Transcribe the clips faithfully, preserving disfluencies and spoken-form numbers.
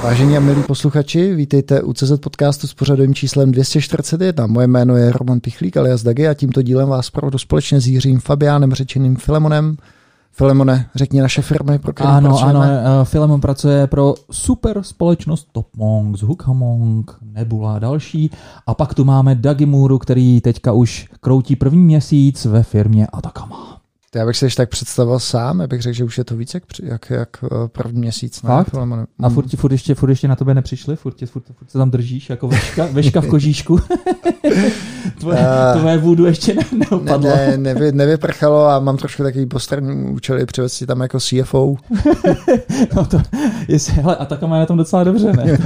Vážení a milí posluchači, vítejte u C Z podcastu s pořadovým číslem dvě stě čtyřicet jedna. Moje jméno je Roman Pichlík alias Dagi a tímto dílem vás provedu společně s Jiřím Fabiánem, řečeným Filemonem. Filemone, řekni naše firmy, pro které ano, pracujeme. Ano, Filemon pracuje pro super společnost Topmonk, Hookahmonk, Nebula a další. A pak tu máme Dagi Moore, který teďka už kroutí první měsíc ve firmě Atacama. Já bych se ještě tak představil sám, já bych řekl, že už je to víc jak, jak, jak první měsíc. Ne, Fakt? Filemone. A furt, furt, ještě, furt ještě na tebe nepřišli? Furt, furt, furt se tam držíš jako veška, veška v kožíšku? Tvoje, uh, tvoje vůdu ještě ne, neopadlo. Ne, ne, nevy, nevyprchalo a mám trošku takový postranní účely přivést si tam jako C F O. No to, jestli, hele, Atacama je na tom docela dobře, ne?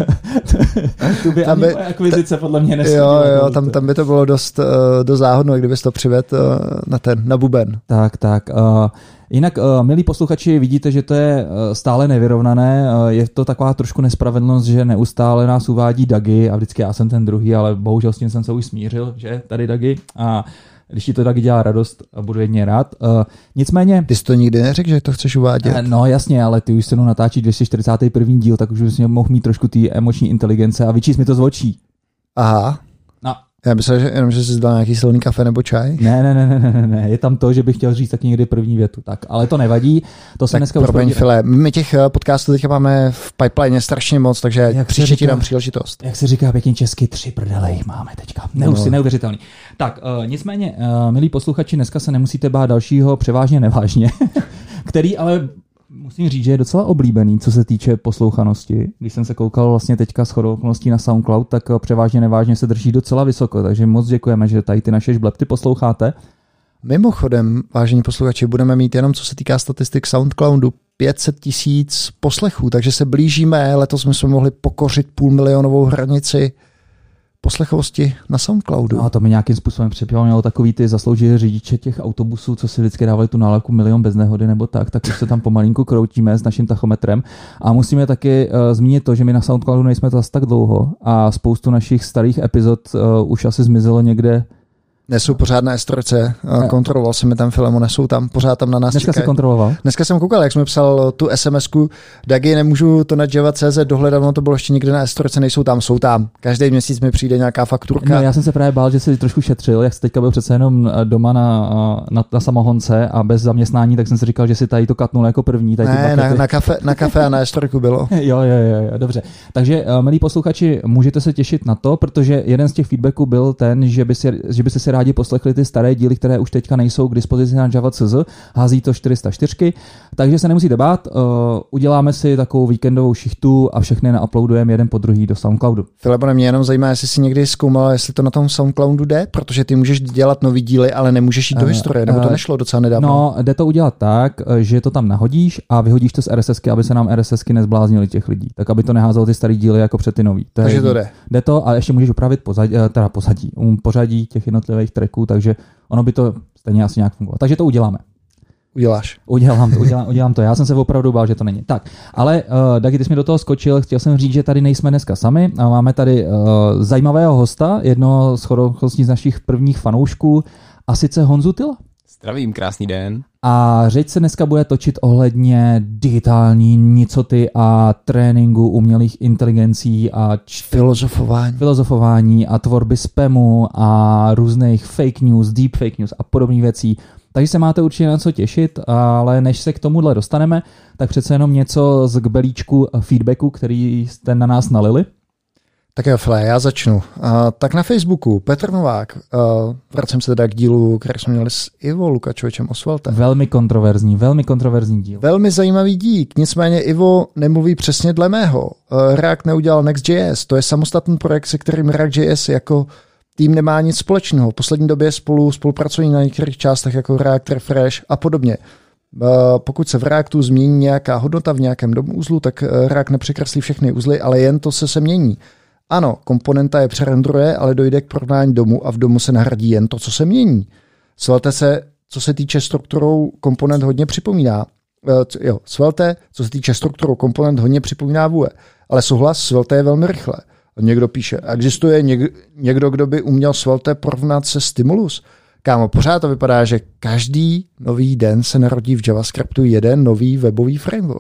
Tu by ani moje akvizice podle mě nesmíla. Jo, jo, tam, tam by to bylo dost, uh, dost záhodno, kdybys to přivedl uh, na ten, na buben. Tak, tak. Uh, jinak, uh, milí posluchači, vidíte, že to je uh, stále nevyrovnané. Uh, je to taková trošku nespravedlnost, že neustále nás uvádí Dagi a vždycky já jsem ten druhý, ale bohužel s tím jsem se už smířil, že tady Dagi. A když ti to Dagi dělá radost, budu jedně rád. Uh, nicméně... Ty jsi to nikdy neřekl, že to chceš uvádět. Uh, no jasně, ale ty už se mnou natáčí dvě stě čtyřicátý první díl, tak už bys mohl mít trošku té emoční inteligence a vyčíst mi to z očí. Aha. No. Já myslel, že jenom, že jsi dal nějaký silný kafe nebo čaj. Ne, ne, ne, ne, ne, ne, je tam to, že bych chtěl říct tak někdy první větu. Tak, ale to nevadí, to se tak dneska promiň, už File, my těch podcastů teďka máme v pipeline strašně moc, takže jak příště ti dám příležitost. Jak se říká pěkně česky, tři prdele jich máme teďka. Neusy, no. Neuvěřitelný. Tak, uh, nicméně, uh, milí posluchači, dneska se nemusíte bát dalšího převážně nevážně, který ale... Musím říct, že je docela oblíbený, co se týče poslouchanosti. Když jsem se koukal vlastně teďka shodou okolností na SoundCloud, tak převážně nevážně se drží docela vysoko, takže moc děkujeme, že tady ty naše žblepty posloucháte. Mimochodem, vážení posluchači, budeme mít jenom, co se týká statistik SoundCloudu, pět set tisíc poslechů, takže se blížíme, letos jsme mohli pokořit půlmilionovou hranici poslechovosti na SoundCloudu. No a to mi nějakým způsobem připomnělo takový ty zasloužilé řidiče těch autobusů, co si vždycky dávali tu nálepku milion bez nehody nebo tak, tak už se tam pomalinku kroutíme s naším tachometrem. A musíme taky uh, zmínit to, že my na SoundCloudu nejsme zase tak dlouho a spoustu našich starých epizod uh, už asi zmizelo někde. Nesou pořád na Estorce, kontroloval jsem je tam, Filemon, nesou tam, pořád tam na nás Dneska čekají. se kontroloval? Dneska jsem koukal, jak jsme psal tu SMSku, Dagi, nemůžu to na Java tečka cé zet dohledat, ono to bylo ještě někde na Estorce, nejsou tam, jsou tam. Každý měsíc mi přijde nějaká fakturka. No, já jsem se právě bál, že si trošku šetřil, jak jsi teďka byl přece jenom doma na, na, na samohonce a bez zaměstnání, tak jsem si říkal, že si tady to katnul jako první. Tady ne, na, na, kafe, na kafe a na Estorku bylo. jo, jo, jo, jo, dobře. Takže, milí posluchači, můžete se těšit na to, protože jeden z těch feedbacků byl ten, že by si, že byste si rádi poslechli ty staré díly, které už teďka nejsou k dispozici na Java tečka cé zet, hází to čtyři sta čtyři, takže se nemusíte bát, uh, uděláme si takovou víkendovou šichtu a všechny nauploadujeme jeden po druhý do SoundCloudu. Filipone, mě jenom zajímá, jestli si někdy zkoumal, jestli to na tom SoundCloudu jde, protože ty můžeš dělat nový díly, ale nemůžeš jít do uh, historie, nebo to nešlo docela nedávno. No, jde to udělat tak, že to tam nahodíš a vyhodíš to z R S S ky, aby se nám R S S ky nezbláznily těch lidí, tak aby to neházelo ty starý díly jako před ty nový. To takže to jde. Jde to a ještě můžeš upravit pozadí, teda pozadí, um, pořadí těch jednotlivých tracků, takže ono by to stejně asi nějak fungovalo. Takže to uděláme. Uděláš. Udělám to, udělám, udělám to. Já jsem se opravdu bál, že to není. Tak, ale uh, Dagi, ty jsi mi do toho skočil, chtěl jsem říct, že tady nejsme dneska sami a máme tady uh, zajímavého hosta, jednoho z chodochlostí z našich prvních fanoušků, a sice Honzu Tyla. Zdravím, krásný den. A řeč se dneska bude točit ohledně digitální nicoty a tréninku umělých inteligencí a č- filozofování. filozofování a tvorby spamu a různých fake news, deep fake news a podobných věcí. Takže se máte určitě na co těšit, ale než se k tomuhle dostaneme, tak přece jenom něco z kbelíčku feedbacku, který jste na nás nalili. Tak jo, Fle, já začnu. Uh, tak na Facebooku Petr Novák, uh, vracím se teda k dílu, který jsme měli s Ivo Lukačovičem Osvaltem. Velmi kontroverzní, velmi kontroverzní díl. Velmi zajímavý dík, nicméně Ivo nemluví přesně dle mého. Uh, React neudělal Next.js, to je samostatný projekt, se kterým React.js jako tým nemá nic společného. V poslední době spolu spolupracují na některých částech jako React Refresh a podobně. Uh, pokud se v Reactu změní nějaká hodnota v nějakém domu uzlu, tak React nepřekreslí všechny uzly, ale jen to se se mění. Ano, komponenta je přerendruje, ale dojde k porovnání domu a v domu se nahradí jen to, co se mění. Svelte se, co se týče strukturou komponent hodně připomíná. Uh, jo, Svelte, co se týče strukturou komponent hodně připomíná Vue, ale souhlas, Svelte je velmi rychle. Někdo píše, existuje něk- někdo, kdo by uměl Svelte porovnat se Stimulus? Kámo, pořád to vypadá, že každý nový den se narodí v JavaScriptu jeden nový webový framework.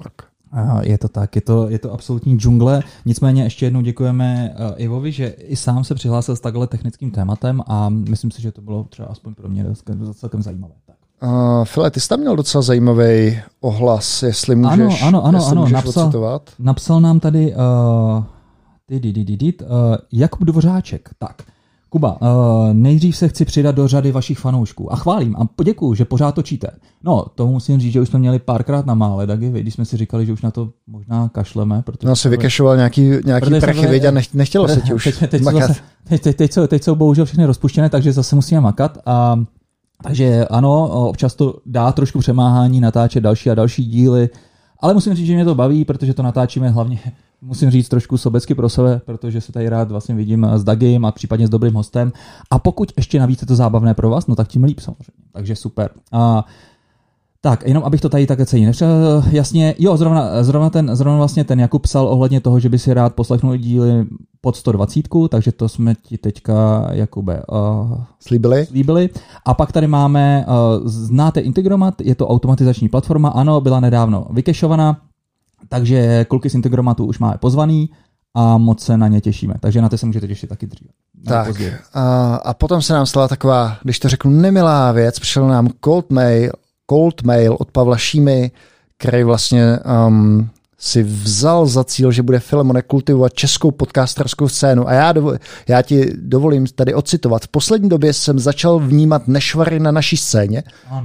Je to tak, je to, je to absolutní džungle. Nicméně ještě jednou děkujeme Ivovi, že i sám se přihlásil s takhle technickým tématem a myslím si, že to bylo třeba aspoň pro mě celkem zajímavé. Tak. Uh, File, ty jsi tam měl docela zajímavý ohlas, jestli můžeš, ano, ano, ano, jestli ano, můžeš napsal, ocitovat. Napsal nám tady uh, di, di, di, di, uh, Jakub Dvořáček. Tak, Kuba, uh, nejdřív se chci přidat do řady vašich fanoušků a chválím a poděkuju, že pořád točíte. No, to musím říct, že už jsme měli párkrát na mále, Dagi, když jsme si říkali, že už na to možná kašleme. No, si vykešoval nějaký, nějaký prachy, věď a nech, nechtělo se ti už teď, teď, makat. Zase, teď, teď, teď, jsou, teď jsou bohužel všechny rozpuštěné, takže zase musíme makat. A, takže ano, občas to dá trošku přemáhání, natáčet další a další díly, ale musím říct, že mě to baví, protože to natáčíme hlavně, musím říct, trošku sobecky pro sebe, protože se tady rád vlastně vidím s Dagim a případně s dobrým hostem. A pokud ještě navíc je to zábavné pro vás, no tak tím líp samozřejmě. Takže super. A tak, jenom abych to tady také celý nepřel, jasně, jo, zrovna, zrovna, ten, zrovna vlastně ten Jakub psal ohledně toho, že by si rád poslechnul díly pod sto dvacet, takže to jsme ti teďka, Jakube, uh, slíbili. slíbili. A pak tady máme, uh, znáte Integromat, je to automatizační platforma, ano, byla nedávno vykešovaná, takže kluky z Integromatu už máme pozvaný a moc se na ně těšíme, takže na to se můžete těšit taky dříve. Tak a, a potom se nám stala taková, když to řeknu, nemilá věc, přišel nám cold mail, cold mail od Pavla Šímy, který vlastně um, si vzal za cíl, že bude Filemone kultivovat českou podcasterskou scénu. A já, dovol, já ti dovolím tady ocitovat. V poslední době jsem začal vnímat nešvary na naší scéně,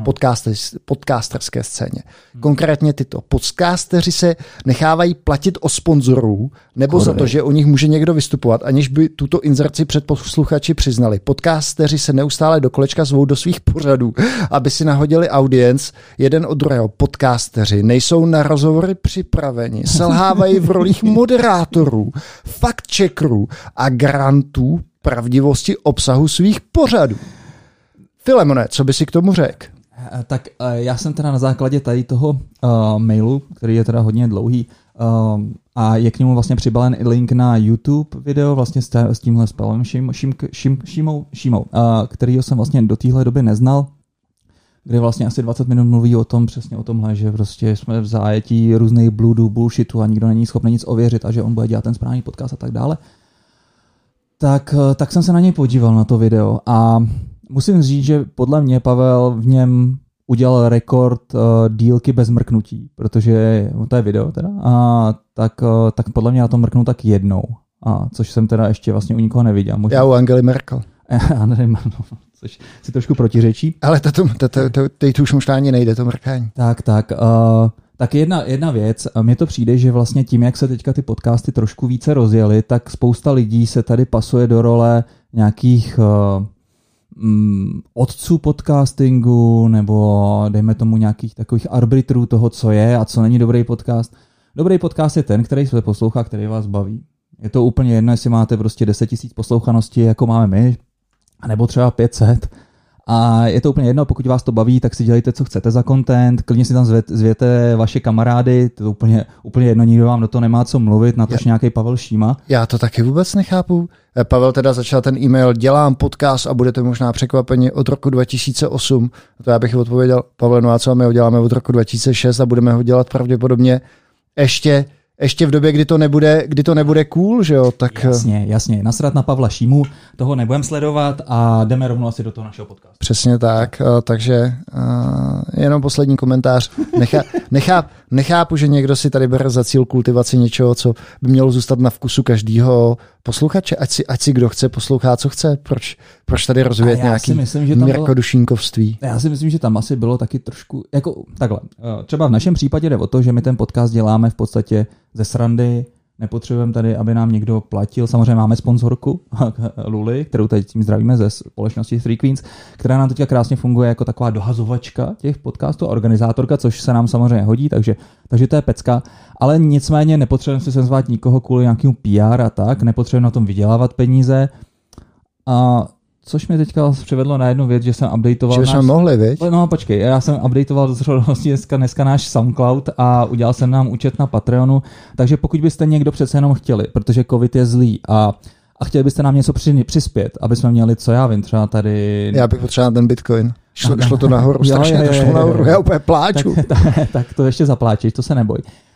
podcasterské scéně. Hmm. Konkrétně tyto. Podcasteři se nechávají platit o sponzorů, nebo Kore. za to, že o nich může někdo vystupovat, aniž by tuto inzerci před posluchači přiznali. Podcasteři se neustále do kolečka zvou do svých pořadů, aby si nahodili audience jeden od druhého. Podcasteři nejsou na rozhovory připraveni. Selhávají v rolích moderátorů, fact-checkerů a garantů pravdivosti obsahu svých pořadů. Filemone, co by si k tomu řekl? Tak já jsem teda na základě tady toho uh, mailu, který je teda hodně dlouhý, uh, a je k němu vlastně přibalen i link na YouTube video vlastně s, s tímhle spelem Šim, Šim, Šim, Šimou, Šimou, uh, kterýho jsem vlastně do téhle doby neznal, kde vlastně asi dvacet minut mluví o tom, přesně o tomhle, že prostě jsme v zájetí různých bludů, bullshitu a nikdo není schopný nic ověřit a že on bude dělat ten správný podcast a tak dále. Tak, tak jsem se na něj podíval, na to video a musím říct, že podle mě Pavel v něm udělal rekord uh, dílky bez mrknutí, protože to je video teda, a tak, uh, tak podle mě na to mrknu tak jednou, a což jsem teda ještě vlastně u nikoho neviděl. Možná... Já u Angely Merkel. Já nevím, což si trošku protiřečí. Ale to, to, to, to, to, teď už možná ani nejde, to mrkání. Tak, tak. Uh, tak jedna, jedna věc, mně to přijde, že vlastně tím, jak se teďka ty podcasty trošku více rozjeli, tak spousta lidí se tady pasuje do role nějakých uh, um, otců podcastingu, nebo dejme tomu nějakých takových arbitrů toho, co je a co není dobrý podcast. Dobrý podcast je ten, který se poslouchá, který vás baví. Je to úplně jedno, jestli máte prostě deset tisíc poslouchaností, jako máme my, nebo třeba pět set. A je to úplně jedno, pokud vás to baví, tak si dělejte, co chcete za content, klidně si tam zvěte vaše kamarády, to je úplně, úplně jedno, nikdo vám do toho nemá co mluvit, natož nějaký Pavel Šíma. Já to taky vůbec nechápu. Pavel teda začal ten e-mail, dělám podcast a budete možná překvapeni od roku dva tisíce osm. To já bych odpověděl, Pavel, no a co my ho děláme od roku dva tisíce šest a budeme ho dělat pravděpodobně ještě Ještě v době, kdy to nebude, kdy to nebude cool, že jo? Tak... Jasně, jasně. Nasrat na Pavla Šímu, toho nebudeme sledovat a jdeme rovnou asi do toho našeho podcastu. Přesně tak, takže uh, jenom poslední komentář. Nechá, necháp, nechápu, že někdo si tady bere za cíl kultivaci něčeho, co by mělo zůstat na vkusu každého posluchače. Ať si, ať si kdo chce poslouchá, co chce. Proč, proč tady rozvíjet nějaký mírkodušínkovství? Já si myslím, že tam asi bylo taky trošku, jako takhle. Třeba v našem případě jde o to, že my ten podcast děláme v podstatě ze srandy, nepotřebujeme tady, aby nám někdo platil. Samozřejmě máme sponzorku Luli, kterou teď tím zdravíme ze společnosti Three Queens, která nám teďka krásně funguje jako taková dohazovačka těch podcastů a organizátorka, což se nám samozřejmě hodí, takže, takže to je pecka. Ale nicméně nepotřebujeme si senzvat nikoho kvůli nějakému P R a tak, nepotřebujeme na tom vydělávat peníze. A což mě teďka přivedlo na jednu věc, že jsem updateoval... Že bychom náš... mohli, viď? No počkej, já jsem updateoval vlastně dneska, dneska náš SoundCloud a udělal jsem nám účet na Patreonu, takže pokud byste někdo přece jenom chtěli, protože covid je zlý a, a chtěli byste nám něco při, přispět, aby jsme měli, co já vím, třeba tady... Já bych potřeboval ten Bitcoin. Šlo, šlo to nahoru, strašně to šlo nahoru, já úplně pláču. Tak, tak, tak to ještě zapláčeš, to se neboj.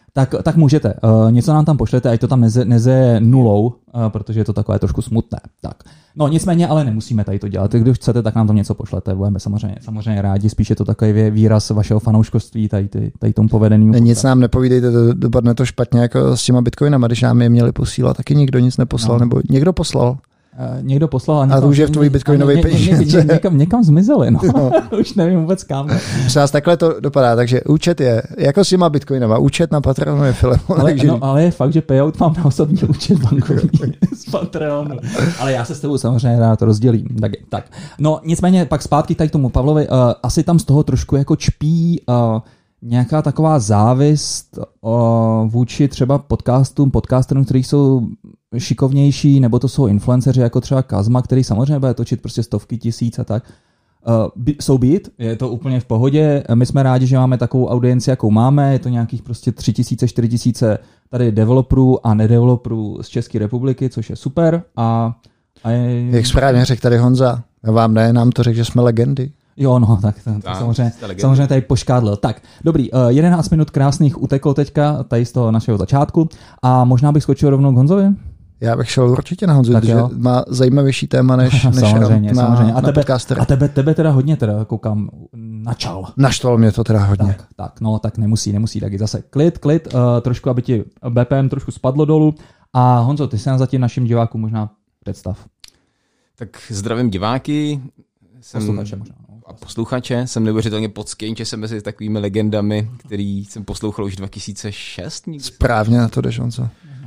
Tak, tak můžete. Uh, něco nám tam pošlete, ať to tam neze, neze nulou, uh, protože je to takové trošku smutné. Tak. No nicméně, ale nemusíme tady to dělat. Když chcete, tak nám tam něco pošlete. Budeme samozřejmě, samozřejmě rádi. Spíš je to takový výraz vašeho fanouškovství, tady, tady, tady tomu povedenému. Nic nám nepovídejte, dopadne to špatně jako s těma bitcoinama, když nám je měli posílat, taky nikdo nic neposlal, no. Nebo někdo poslal. Uh, někdo poslal a, někam, a to už je v tvůj bitcoinový peníze. Ně, ně, ně, někam, někam zmizeli, no. no. Už nevím vůbec kam. Přes takhle to dopadá, takže účet je, jako s těma bitcoinama, účet na Patreonu je Filip. Ale, takže... no, ale je fakt, že payout mám na osobní účet bankovní z Patreonu. Ale já se s tebou samozřejmě rád to rozdělím. Tak, tak. No nicméně pak zpátky tady k tomu Pavlovi, uh, asi tam z toho trošku jako čpí uh, nějaká taková závist uh, vůči třeba podcastům, podcasterům, kteří jsou šikovnější, nebo to jsou influenceři jako třeba Kazma, který samozřejmě bude točit prostě stovky tisíc a tak. Uh, jsou být, je to úplně v pohodě. My jsme rádi, že máme takovou audienci, jakou máme. Je to nějakých prostě tři tisíce, čtyři tisíce tady developerů a nedeveloperů z České republiky, což je super. A, a je... Jak správně řekl tady Honza, vám ne, nám to řekl, že jsme legendy. Jo, no, tak to, to samozřejmě, samozřejmě tady poškádlil. Tak, dobrý, uh, jedenáct minut krásných uteklo teďka, tady z toho našeho začátku a možná bych skočil rovnou k Honzovi? Já bych šel určitě na Honzu, protože má zajímavější téma než, než samozřejmě, na, samozřejmě. A na tebe, podcastery. A tebe, tebe teda hodně teda koukám načal. Naštval mě to teda hodně. Tak, tak, no, tak nemusí, nemusí, taky zase klid, klid, uh, trošku, aby ti bé pé em trošku spadlo dolů. A Honzo, ty se nám zatím našim divákům možná představ. Tak zdravím diváky. Jsem... Posluchače možná. A posluchače, jsem neuvěřitelně poctěn, že jsem mezi takovými legendami, který jsem poslouchal už dva tisíce šest. Nikdy. Správně na to jdeš, Honzo.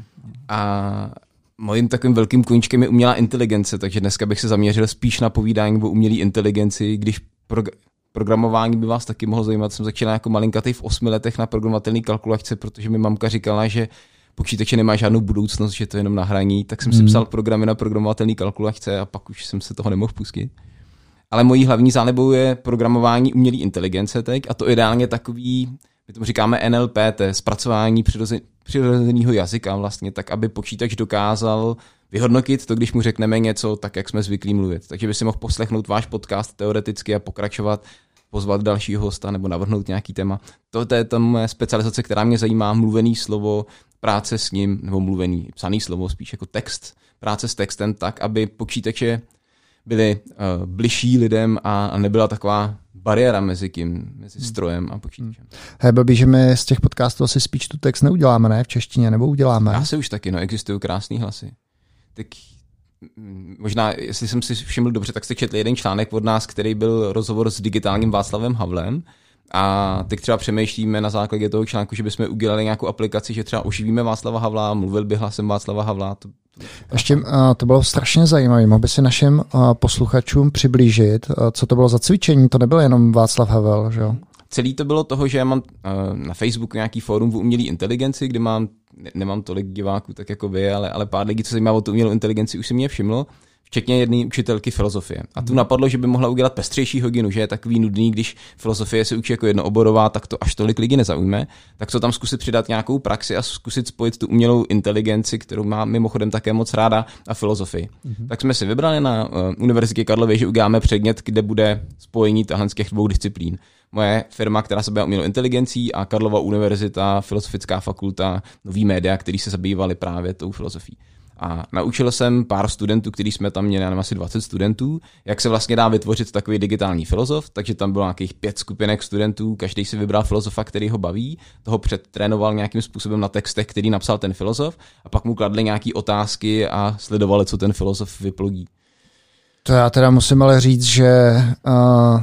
A mojím takovým velkým koníčkem je umělá inteligence, takže dneska bych se zaměřil spíš na povídání o umělé inteligenci, když prog- programování by vás taky mohlo zajímat. Jsem začínal jako malinkatý v osmi letech na programovatelné kalkulačce, protože mi mamka říkala, že počítače nemá žádnou budoucnost, že to je jenom na hraní, tak jsem hmm. si psal programy na programovatelné kalkulačce a pak už jsem se toho nemohl pustit. Ale mojí hlavní zálibou je programování umělé inteligence teď a to ideálně takový, my tomu říkáme N L P, to je zpracování přirozen, přirozeného jazyka vlastně, tak aby počítač dokázal vyhodnotit to, když mu řekneme něco tak, jak jsme zvyklí mluvit. Takže by si mohl poslechnout váš podcast teoreticky a pokračovat, pozvat dalšího hosta nebo navrhnout nějaký téma. To je ta moje specializace, která mě zajímá, mluvený slovo, práce s ním, nebo mluvený, psaný slovo, spíš jako text, práce s textem tak, aby počítače byly uh, bližší lidem a, a nebyla taková bariéra mezi tím, mezi strojem a počítačem. Hej, blbý, že my z těch podcastů asi speech to text neuděláme, ne? V češtině, nebo uděláme? Já se už taky, no, existují krásný hlasy. Tak možná, jestli jsem si všiml dobře, tak jste četli jeden článek od nás, který byl rozhovor s digitálním Václavem Havlem. A teď třeba přemýšlíme na základě toho článku, že bychom udělali nějakou aplikaci, že třeba oživíme Václava Havla, mluvil by hlasem Václava Havla. To, to... Ještě uh, to bylo strašně zajímavé. Mohl by si našim uh, posluchačům přiblížit, uh, co to bylo za cvičení. To nebyl jenom Václav Havel, že jo? Celý to bylo toho, že já mám uh, na Facebooku nějaký fórum v umělé inteligenci, kde mám, ne, nemám tolik diváků, tak jako vy, ale, ale pár lidí, co zajímá o tu umělou inteligenci, už si mě všimlo. Včetně jedné učitelky filozofie. A tu napadlo, že by mohla udělat pestřejší hodinu, že je takový nudný, když filozofie se učí jako jednooborová, tak to až tolik lidí nezaujme. Tak co tam zkusit přidat nějakou praxi a zkusit spojit tu umělou inteligenci, kterou má mimochodem také moc ráda, a filozofii. Mm-hmm. Tak jsme si vybrali na uh, Univerzitě Karlově, že uděláme předmět, kde bude spojení tahle z těch dvou disciplín. Moje firma, která se zabývá umělou inteligencí, a Karlova univerzita, Filozofická fakulta, Nový média, který se zabývali právě tou filozofií. A naučil jsem pár studentů, kteří jsme tam měli, nevím, asi dvacet studentů, jak se vlastně dá vytvořit takový digitální filozof, takže tam bylo nějakých pět skupinek studentů, každý si vybral filozofa, který ho baví, toho předtrénoval nějakým způsobem na textech, který napsal ten filozof, a pak mu kladli nějaký otázky a sledovali, co ten filozof vyplodí. To já teda musím ale říct, že uh,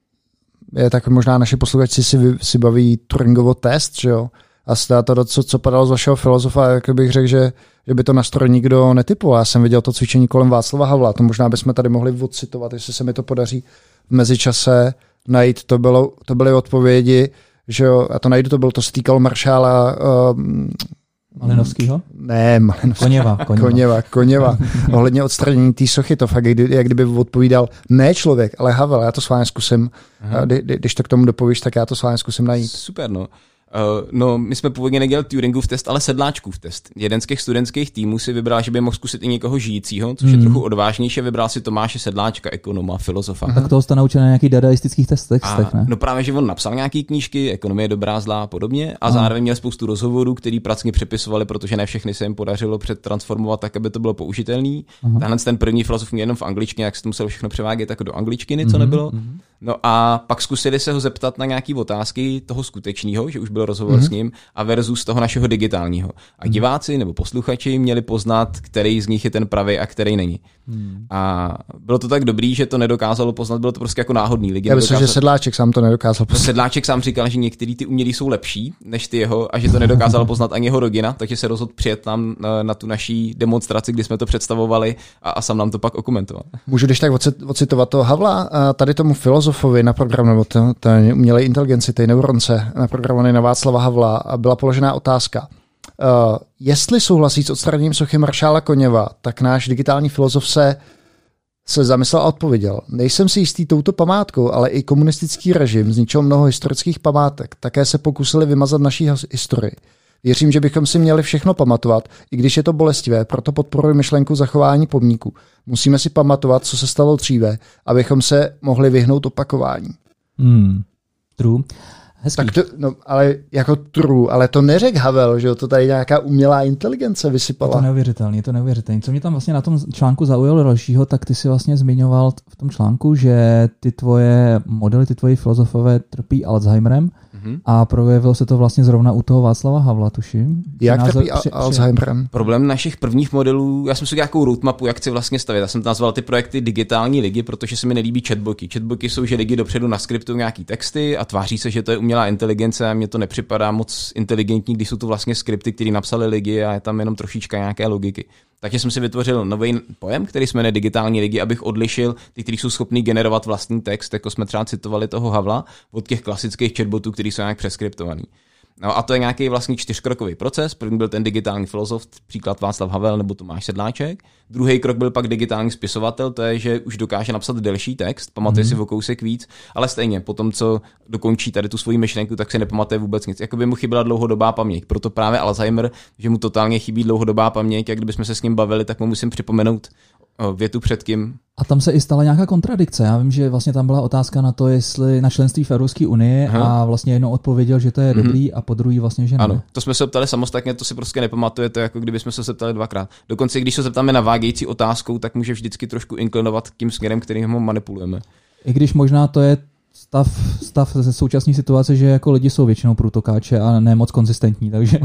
je tak možná naši posluchači si, si baví Turingovo test, že jo? A stá to, co, co padalo z vašeho filozofa, jak bych řekl, že, že by to na stroj nikdo netypoval. Já jsem viděl to cvičení kolem Václava Havla, to možná bychom tady mohli odcitovat, jestli se mi to podaří v mezičase najít. To, bylo, to byly odpovědi, že jo, a to najdu, to bylo, to se týkalo maršála... Um, Malinovskýho? Ne, Malinovský. Koněva. Koněva, Koněva. Koněva. Ohledně odstranění té sochy, to fakt, jak kdyby odpovídal ne člověk, ale Havel. Já to s vámi zkusím, kdy, když to k tomu dopovíš, tak já to s vámi zkusím najít. Super, no. Uh, no, my jsme původně nedělali Turingův test, ale sedláčkův test. Jeden z těch studentských týmů si vybral, že by mohl zkusit i někoho žijícího, což hmm. je trochu odvážnější, vybral si Tomáše Sedláčka, ekonoma, filozofa. Tak toho jste naučil na nějakých dadaistických testech, a, ne? No právě, že on napsal nějaký knížky, ekonomie dobrá, zlá a podobně, a zároveň měl spoustu rozhovorů, který pracně přepisovali, protože ne všechny se jim podařilo předtransformovat tak, aby to bylo použitelný. Tenhle ten první filozof měl jenom v angličtině, jak se to musel všechno převádět jako do angličtiny, co nebylo. Mm-hmm. No a pak zkusili se ho zeptat na nějaké otázky toho skutečného, že už byl rozhovor mm-hmm. s ním, a versus toho našeho digitálního. A diváci nebo posluchači měli poznat, který z nich je ten pravý a který není. Mm. A bylo to tak dobrý, že to nedokázalo poznat, bylo to prostě jako náhodný. Lidi Já myslím, nedokázal... že Sedláček sám to nedokázal poznat. Sedláček sám říkal, že některý ty umělí jsou lepší než ty jeho a že to nedokázal poznat ani jeho rodina, takže se rozhodl přijet tam na, na tu naší demonstraci, kdy jsme to představovali a, a sám nám to pak okomentoval. Můžu když tak ocitovat toho Havla, tady tomu filozofovi na program, nebo to, to umělé inteligenci, té neuronce naprogramované na Václava Havla, a byla položená otázka. Uh, jestli souhlasí s odstraněním sochy maršála Koněva, tak náš digitální filozof se, se zamyslel a odpověděl. Nejsem si jistý touto památkou, ale i komunistický režim zničil mnoho historických památek. Také se pokusili vymazat naší historii. Věřím, že bychom si měli všechno pamatovat, i když je to bolestivé, proto podporuji myšlenku zachování pomníků. Musíme si pamatovat, co se stalo dříve, abychom se mohli vyhnout opakování. Hmm. True. Hezký. Tak to, no, ale jako true, ale to neřek Havel, že to tady nějaká umělá inteligence vysypala. Je to neuvěřitelné, je to neuvěřitelné. Co mě tam vlastně na tom článku zaujalo dalšího, tak ty si vlastně zmiňoval v tom článku, že ty tvoje modely, ty tvoji filozofové trpí Alzheimerem mm-hmm. a projevilo se to vlastně zrovna u toho Václava Havla, tuším. Jak názor, trpí při, Alzheimerem? Problém našich prvních modelů, já jsem si nějakou roadmapu, jak chci vlastně stavit. Já jsem to nazval ty projekty digitální ligy, protože se mi nelíbí chatboty. Chatboty jsou, že lidi dopředu naskriptují nějaký texty a tváří se, že to je umělá inteligence, a mně to nepřipadá moc inteligentní, když jsou to vlastně skripty, které napsali lidi a je tam jenom trošička nějaké logiky. Takže jsem si vytvořil nový pojem, který se jmenuje digitální lidi, abych odlišil ty, kteří jsou schopní generovat vlastní text, jako jsme třeba citovali toho Havla, od těch klasických chatbotů, kteří jsou nějak přeskriptovaný. No a to je nějaký vlastně čtyřkrokový proces. První byl ten digitální filozof, příklad Václav Havel nebo Tomáš Sedláček. Druhý krok byl pak digitální spisovatel, to je, že už dokáže napsat delší text, pamatuje mm. si o kousek víc, ale stejně po tom, co dokončí tady tu svoji myšlenku, tak si nepamatuje vůbec nic. Jakoby mu chyběla dlouhodobá paměť. Proto právě Alzheimer, že mu totálně chybí dlouhodobá paměť, jak kdybychom se s ním bavili, tak mu musím připomenout větu před kým. A tam se i stala nějaká kontradikce. Já vím, že vlastně tam byla otázka na to, jestli na členství v Evropské unii a vlastně jednou odpověděl, že to je dobrý, mm-hmm. a po druhý vlastně, že ne. Ano, to jsme se ptali samostatně, to si prostě nepamatujete, jako kdybychom se zeptali dvakrát. Dokonce, když se zeptáme na vádějící otázkou, tak může vždycky trošku inklinovat tím směrem, kterým ho manipulujeme. I když možná to je stav, stav ze současné situace, že jako lidi jsou většinou průtokáče a ne moc konzistentní, takže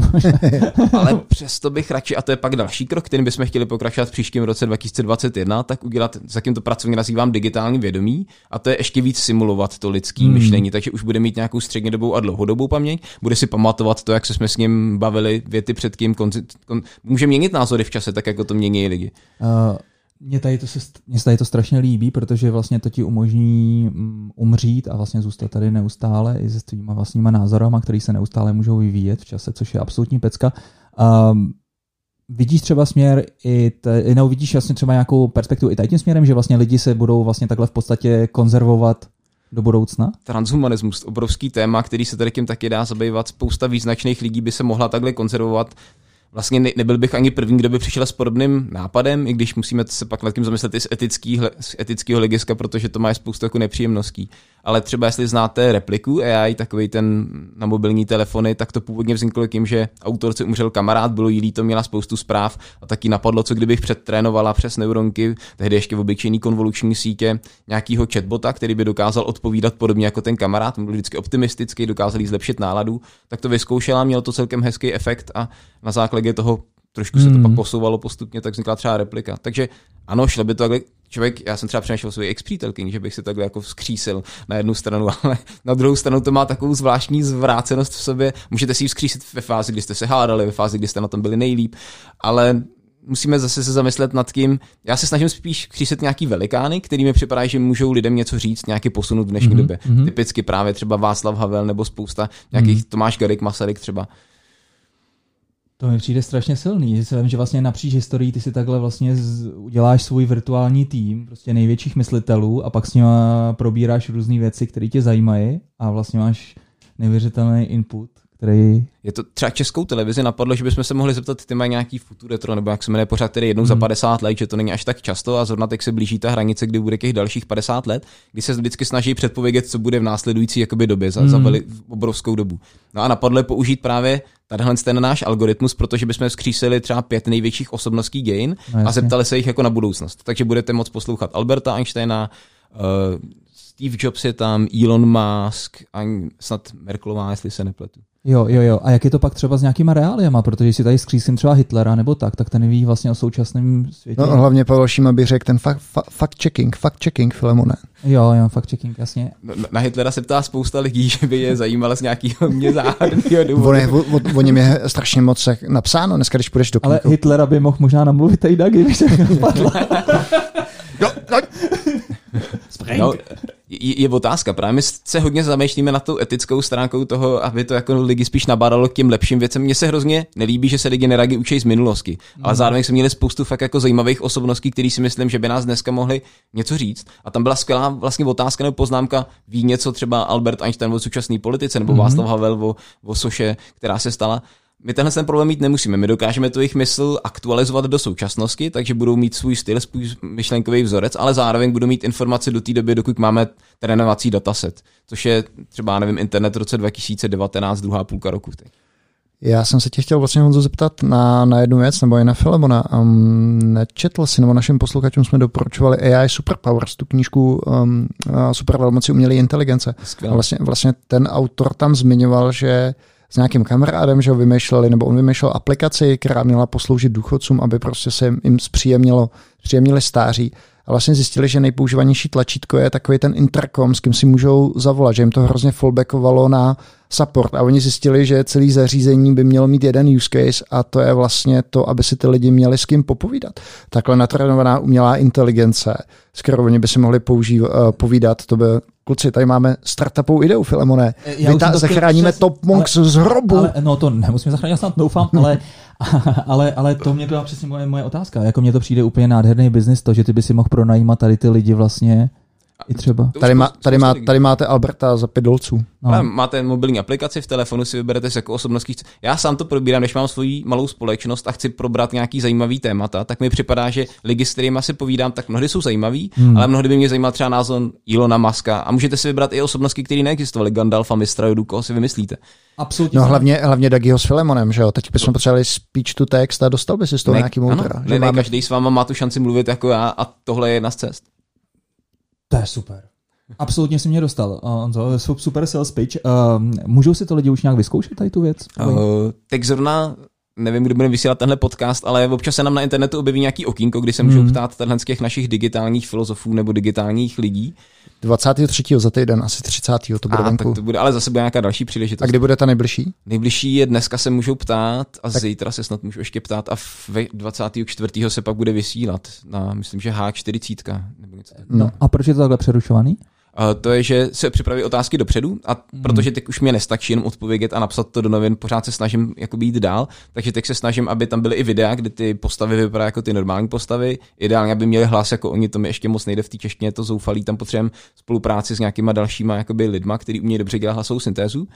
ale přesto bych radši, a to je pak další krok, kterým bychom chtěli pokračovat v příštím roce dva tisíce dvacet jedna, tak udělat, za kým to pracovně nazývám digitální vědomí, a to je ještě víc simulovat to lidské hmm. myšlení, takže už bude mít nějakou střednědobou a dlouhodobou paměť, bude si pamatovat to, jak se jsme s ním bavili, věty před kým, konzi, kon, může měnit názory v čase, tak jako to mění lidi. Uh... Mně tady, to se, mně tady to strašně líbí, protože vlastně to ti umožní umřít a vlastně zůstat tady neustále i se svýma vlastníma názorama, který se neustále můžou vyvíjet v čase, což je absolutní pecka. Um, vidíš třeba směr i, t, nebo vidíš vlastně třeba nějakou perspektivu i tady tím směrem, že vlastně lidi se budou vlastně takhle v podstatě konzervovat do budoucna? Transhumanismus, obrovský téma, který se tady tím taky dá zabývat. Spousta význačných lidí by se mohla takhle konzervovat. Vlastně ne, nebyl bych ani první, kdo by přišel s podobným nápadem, i když musíme se pak nad tím zamyslet i z, etický, z etického hlediska, protože to má spoustu jako nepříjemností. Ale třeba jestli znáte repliku A I, takový ten na mobilní telefony, tak to původně vzniklo tím, že autorce umřel kamarád, bylo jí líto, měla spoustu zpráv a taky napadlo, co kdybych předtrénovala přes neuronky, tehdy ještě v obyčejný konvoluční sítě, nějakýho chatbota, který by dokázal odpovídat podobně jako ten kamarád, byl vždycky optimistický, dokázal jí zlepšit náladu, tak to vyzkoušela, mělo to celkem hezký efekt a na základě toho trošku se to hmm. pak posouvalo postupně, tak vznikla třeba replika. Takže ano, šlo by to takhle, člověk, já jsem třeba přemýšlel svoji ex-přítelkyni, že bych se takhle jako vzkřísil na jednu stranu, ale na druhou stranu to má takovou zvláštní zvrácenost v sobě. Můžete si ji vzkřísit ve fázi, kdy jste se hádali, ve fázi, kdy jste na tom byli nejlíp, ale musíme zase se zamyslet nad tím, já se snažím spíš křísit nějaký velikány, který mi připadají, že můžou lidem něco říct, nějaký posunout v dnešní mm-hmm. době. Typicky právě třeba Václav Havel nebo spousta nějakých mm-hmm. Tomáš Garrigue, Masaryk třeba. To mi přijde strašně silný, že se vím, že vlastně napříč historií ty si takhle vlastně z, uděláš svůj virtuální tým, prostě největších myslitelů a pak s nima probíráš různé věci, které tě zajímají a vlastně máš neuvěřitelný input, který... Je to třeba Českou televizi napadlo, že bychom se mohli zeptat, ty mají nějaký Futuretro, nebo jak se jmenuje pořád, který jednou hmm. za padesát let, že to není až tak často a zrovna teď se blíží ta hranice, kdy bude těch dalších padesát let, kdy se vždycky snaží předpovědět, co bude v následující jakoby době za, hmm. za veli, obrovskou dobu. No a napadlo je použít právě tadyhle ten náš algoritmus, protože bychom vzkřísili třeba pět největších osobností dějin no, a zeptali se jich jako na budoucnost. Takže budete moct poslouchat Alberta Einsteina, uh, Steve Jobs je tam, Elon Musk a snad Merkelová, jestli se nepletu. Jo, jo, jo. A jak je to pak třeba s nějakýma reáliama? Protože si tady skřísím třeba Hitlera nebo tak, tak ten neví vlastně o současném světě. No hlavně Pavel Šíma by řekl ten fact, fact checking, fact checking, Filemone. Jo, jo, fact checking, jasně. Na, na Hitlera se ptá spousta lidí, že by je zajímalo z nějakého mě záhadného důvodu. O, o, o něm je strašně moc napsáno, dneska když půjdeš do kníku. Ale Hitlera by mohl možná namluvit tady Dagi, když se napadla. No, no. No, je, je otázka, právě my se hodně zamýšlíme na tou etickou stránkou toho, aby to jako lidi spíš nabádalo k těm lepším věcem. Mně se hrozně nelíbí, že se lidi neradi učí z minulosti, ale mm. zároveň jsme měli spoustu fakt jako zajímavých osobností, který si myslím, že by nás dneska mohli něco říct. A tam byla skvělá vlastně otázka nebo poznámka, ví něco třeba Albert Einstein o současné politice nebo mm. Václav Havel o, o soše, která se stala. My tenhle ten problém mít nemusíme, my dokážeme tu jejich mysl aktualizovat do současnosti, takže budou mít svůj styl, svůj myšlenkový vzorec, ale zároveň budou mít informace do té doby, dokud máme trénovací dataset, což je třeba, nevím, internet v roce dva tisíce devatenáct, druhá půlka roku. Teď. Já jsem se tě chtěl vlastně Honzo zeptat na, na jednu věc, nebo i na Filemona. Um, nečetl si, nebo našim posluchačům jsme doporučovali A I Superpowers, tu knížku um, Supervelmoci umělé inteligence. Vlastně, vlastně ten autor tam zmiňoval, že s nějakým kamarádem, že ho vymýšleli, nebo on vymýšlel aplikaci, která měla posloužit důchodcům, aby prostě se jim zpříjemnilo, zpříjemnili stáří. A vlastně zjistili, že nejpoužívanější tlačítko je takový ten intercom, s kým si můžou zavolat, že jim to hrozně fallbackovalo na support. A oni zjistili, že celý zařízení by mělo mít jeden use case a to je vlastně to, aby si ty lidi měli s kým popovídat. Takhle natrénovaná umělá inteligence, s kterou oni by si mohli používat, uh, povídat, to by kluci, tady máme startupovou ideu, Filemone. Vyta- zachráníme přes... Top Monks z hrobu. Ale, no to nemusíme zachránit, já snad doufám, ale, ale, ale to mě byla přesně moje, moje otázka. Jako mně to přijde úplně nádherný biznis, to, že ty by si mohl pronajímat tady ty lidi vlastně i třeba. Tady, má, tady, má, tady máte Alberta za pět dolců. No. Máte mobilní aplikaci, v telefonu si vyberete si jako osobností. Já sám to probírám, když mám svoji malou společnost a chci probrat nějaký zajímavý témata, tak mi připadá, že lidi, s kterými si povídám, tak mnohdy jsou zajímaví, hmm. ale mnohdy by mě zajímal třeba názor Elona Muska a můžete si vybrat i osobnosti, které neexistovaly, Gandalfa, Mistra Jodu, koho si vymyslíte. Absolutně. No hlavně, hlavně Dagiho s Filemonem, že jo? Teď bychom potřebovali speech to text a dostal by si z toho ne, nějaký moudra. Ne, ne, máme... každý s váma má tu šanci mluvit jako já a tohle je jedna z cest. To je super. Absolutně si mě dostal. Uh, super sales pitch. Uh, můžou si to lidi už nějak vyzkoušet tady tu věc? Uh, teď zrovna nevím, kdo bude vysílat tenhle podcast, ale občas se nám na internetu objeví nějaký okýnko, kdy se můžou hmm. ptát tenhle z těch našich digitálních filozofů nebo digitálních lidí. dvacátého třetího za týden, asi třicátého to bude venku. Tak to bude, ale zase bude nějaká další příležitost. A kdy bude ta nejbližší? Nejbližší je dneska se můžou ptát a tak. Zítra se snad můžou ještě ptát a dvacátého čtvrtého se pak bude vysílat na, myslím, že H čtyřicet. Nebo něco tak. No a proč je to takhle přerušovaný? Uh, to je, že se připraví otázky dopředu a mm. protože teď už mě nestačí jenom odpovědět a napsat to do novin, pořád se snažím jako být dál, takže teď se snažím, aby tam byly i videa, kde ty postavy vypadají jako ty normální postavy, ideálně, aby měli hlas jako oni, to mi ještě moc nejde v té češtině, to zoufalý, tam potřebujeme spolupráci s nějakýma dalšíma jakoby lidma, kteří umějí dobře dělat hlasovou syntézu.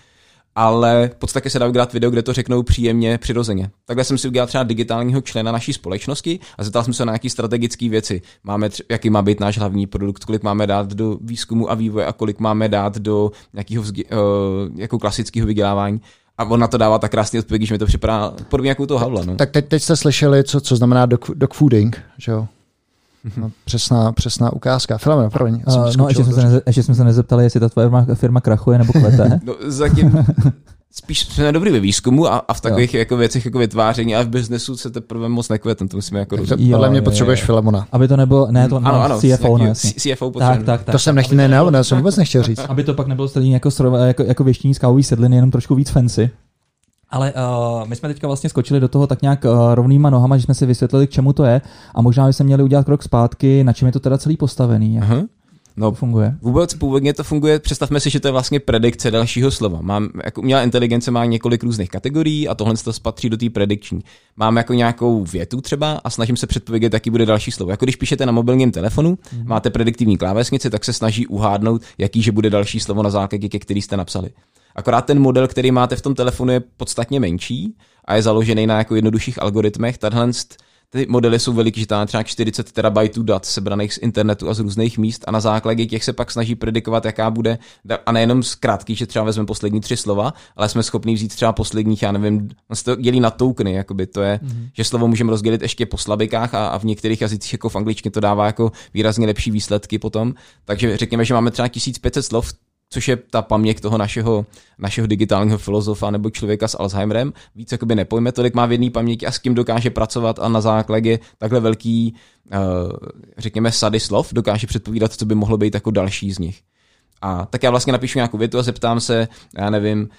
Ale v podstatě se dá udělat video, kde to řeknou příjemně, přirozeně. Takhle jsem si udělal třeba digitálního člena naší společnosti a zeptal jsem se na nějaké strategické věci. Máme tři, jaký má být náš hlavní produkt, kolik máme dát do výzkumu a vývoje a kolik máme dát do nějakého uh, jako klasického vydělávání. A on na to dává tak krásný odpověď, že mi to připadá podobně jako u toho Havla. No. Tak teď, teď jste slyšeli, co, co znamená dog, dog fooding, že jo? No, přesná, přesná ukázka. Filemone, promiň. Uh, no, ještě jsme, se neze, ještě jsme se nezeptali, jestli ta tvoje firma, firma krachuje nebo kvete. No, zatím spíš jsme dobrý ve výzkumu a, a v takových jako věcech jako vytváření a v biznesu se teprve moc nekvete, to musíme jako rozumět. Podle mě potřebuješ Filemona. Aby to nebylo, ne, to ano, no, ano, C F O, no, jasně. C F O tak, tak, tak. To jsem nechtěl, ne, ne, ne, jsem vůbec nechtěl říct. Aby to pak nebylo stejně jako, jako, jako věštění z kávový sedliny, jenom trošku víc fancy. Ale uh, my jsme teďka vlastně skočili do toho tak nějak uh, rovnýma nohama, že jsme si vysvětlili, k čemu to je a možná bychom měli udělat krok zpátky, na čem je to teda celý postavený. Jak uh-huh. No, to funguje? Vůbec původně to funguje, představme si, že to je vlastně predikce dalšího slova. Mám, jako umělá inteligence má několik různých kategorií a tohle to spatří do té predikční. Mám jako nějakou větu třeba a snažím se předpovědět, jaký bude další slovo. Jako když píšete na mobilním telefonu, mm-hmm. máte prediktivní klávesnici, tak se snaží uhádnout, jaký že bude další slovo na základě, ke který jste napsali. Akorát ten model, který máte v tom telefonu, je podstatně menší a je založený na jako jednodušších algoritmech. Tahle ty modely jsou veliký, že tam třeba čtyřicet terabajtů dat sebraných z internetu a z různých míst a na základě těch se pak snaží predikovat, jaká bude, a nejenom zkrátký, že třeba vezmeme poslední tři slova, ale jsme schopni vzít třeba posledních, já nevím, on se to dělí na tokeny, jakoby to je, mm-hmm. že slovo můžeme rozdělit ještě po slabikách a, a v některých jazycích jako v angličtině to dává jako výrazně lepší výsledky potom. Takže řekněme, že máme třeba tisíc pět set slov, což je ta paměť toho našeho, našeho digitálního filozofa nebo člověka s Alzheimerem. Víc jakoby nepojme, tolik má v jedné paměti a s tím dokáže pracovat a na základě takhle velký, řekněme, sady slov dokáže předpovídat, co by mohlo být jako další z nich. A tak já vlastně napíšu nějakou větu a zeptám se, já nevím,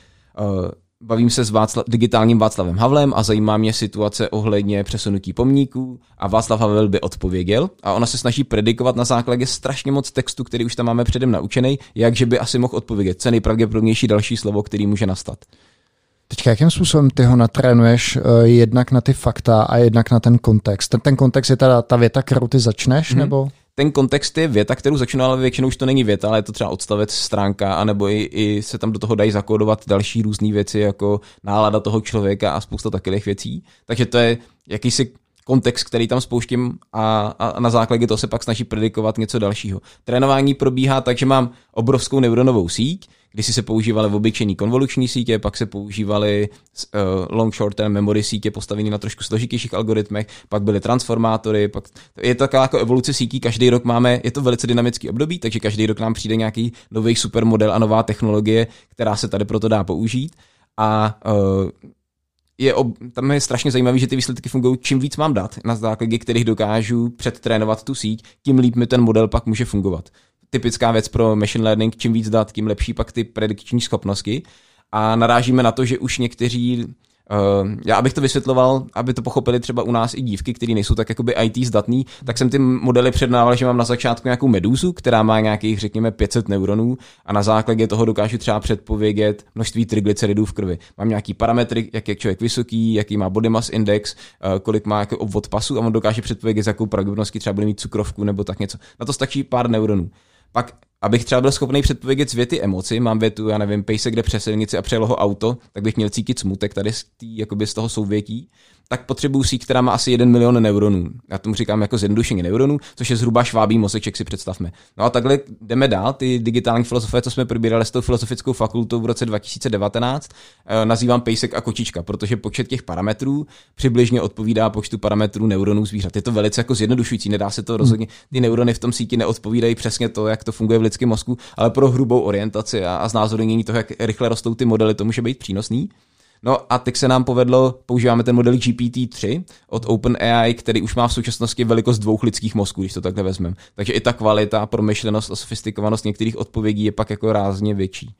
bavím se s Václav, digitálním Václavem Havlem a zajímá mě situace ohledně přesunutí pomníků a Václav Havel by odpověděl a ona se snaží predikovat na základě strašně moc textu, který už tam máme předem naučený, jakže by asi mohl odpovědět. Co je nejpravděpodobnější další slovo, který může nastat. Teďka jakým způsobem ty ho natrénuješ uh, jednak na ty fakta a jednak na ten kontext? Ten, ten kontext je teda ta věta, kterou ty začneš, hmm. nebo... Ten kontext je věta, kterou začnu, ale většinou už to není věta, ale je to třeba odstavec, stránka, anebo i, i se tam do toho dají zakódovat další různé věci, jako nálada toho člověka a spousta takových věcí. Takže to je jakýsi kontext, který tam spouštím a, a na základě toho se pak snaží predikovat něco dalšího. Trénování probíhá tak, že mám obrovskou neuronovou síť, když se používaly v obyčejný konvoluční sítě, pak se používaly uh, long short term memory sítě postavené na trošku složitějších algoritmech, pak byly transformátory, pak je to taková jako evoluce sítí, každý rok máme, je to velice dynamický období, takže každý rok nám přijde nějaký nový supermodel a nová technologie, která se tady proto dá použít a uh, je ob, tam je strašně zajímavý, že ty výsledky fungují, čím víc mám dat, na základě kterých dokážu předtrénovat tu síť, tím líp mi ten model pak může fungovat. Typická věc pro machine learning, čím víc dat, tím lepší pak ty predikční schopnosti. A narážíme na to, že už někteří, uh, já abych to vysvětloval, aby to pochopili třeba u nás i dívky, které nejsou tak jakoby í té zdatný, tak jsem ty modely přednával, že mám na začátku nějakou medúzu, která má nějakých, řekněme, pět set neuronů a na základě toho dokážu třeba předpovědět množství triglyceridů v krvi. Mám nějaký parametry, jak je člověk vysoký, jaký má body mass index, uh, kolik má jako obvod pasu a on dokáže předpovědět, jakou pravděpodobností třeba bude mít cukrovku nebo tak něco. Na to stačí pár neuronů. Pak, abych třeba byl schopný předpovědět z věty emoci, mám větu, já nevím, pejsek jde přes silnici a přejelo ho auto, tak bych měl cítit smutek tady z, tý, jakoby z toho souvětí, tak potřebuju síť, která má asi jeden milion neuronů. Já tomu říkám jako zjednodušeně neuronů, což je zhruba švábí mozeček, si představme. No a takhle jdeme dál, ty digitální filozofie, co jsme probírali s tou filozofickou fakultou v roce dva tisíce devatenáct, eh, nazývám pejsek a kočička, protože počet těch parametrů přibližně odpovídá počtu parametrů neuronů zvířat. Je to velice jako zjednodušující, nedá se to rozhodně, ty neurony v tom síti neodpovídají přesně to, jak to funguje v lidském mozku, ale pro hrubou orientaci a, a znázornění toho, jak rychle rostou ty modely, to může být přínosný. No a teď se nám povedlo, používáme ten model G P T tři od OpenAI, který už má v současnosti velikost dvou lidských mozků, když to takhle vezmeme. Takže i ta kvalita, promyšlenost a sofistikovanost některých odpovědí je pak jako rázně větší.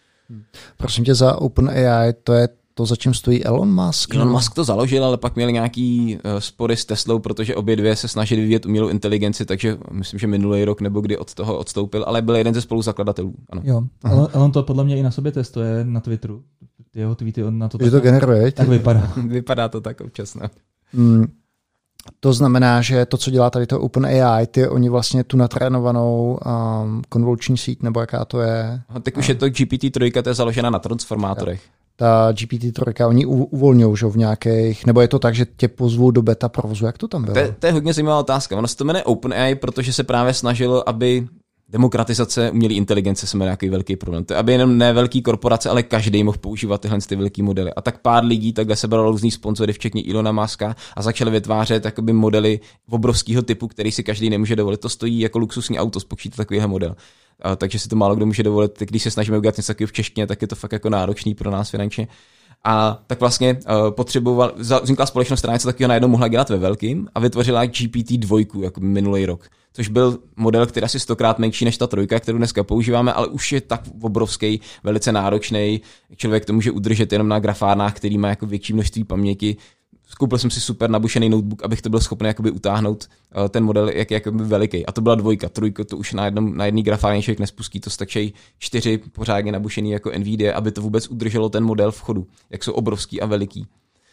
Prosím tě, za OpenAI to je to, za čím stojí Elon Musk? Elon Musk to založil, ale pak měl nějaký uh, spory s Teslou, protože obě dvě se snažili vyvíjet umělou inteligenci, takže myslím, že minulý rok nebo kdy od toho odstoupil, ale byl jeden ze spoluzakladatelů. Ano. Jo, Elon, Elon to podle mě i na sobě testuje na Twitteru. Jeho tweety on na to tak, to generuje, tak vypadá. Vypadá to tak občas, no. Mm, to znamená, že to, co dělá tady to OpenAI, ty oni vlastně tu natrénovanou um, konvoluční síť, nebo jaká to je? A teď už je to G P T tři, to je založena na transformátorech. Ta G P T tři, oni uvolňují v nějakých, nebo je to tak, že tě pozvou do beta provozu, jak to tam bylo? To je, to je hodně zajímavá otázka. Ono se to jmenuje OpenAI, protože se právě snažilo, aby demokratizace umělé inteligence se má nějaký velký problém. To je, aby jenom ne velký korporace, ale každý mohl používat tyhle ty velký modely. A tak pár lidí takhle sebralo různý sponzory, včetně Elona Muska, a začali vytvářet jakoby modely obrovského typu, který si každý nemůže dovolit. To stojí jako luxusní auto spočítat takovýhle model. A takže si to málo kdo může dovolit. Když se snažíme udělat něco takového v češtině, tak je to fakt jako náročný pro nás finančně. A tak vlastně uh, potřeboval, vznikla společnost, která něco takového najednou mohla dělat ve velkým a vytvořila G P T dva jako minulý rok. Což byl model, který asi stokrát menší než ta trojka, kterou dneska používáme, ale už je tak obrovský, velice náročný. Člověk to může udržet jenom na grafárnách, který má jako větší množství paměti. Koupil jsem si super nabušený notebook, abych to byl schopný jakoby utáhnout uh, ten model, jak je jakoby veliký. A to byla dvojka, trojka to už na jednom na jedný grafárně člověk nespustí, to stačí čtyři pořádně nabušený jako Nvidia, aby to vůbec udrželo ten model v chodu, jak jsou obrovský a veliký.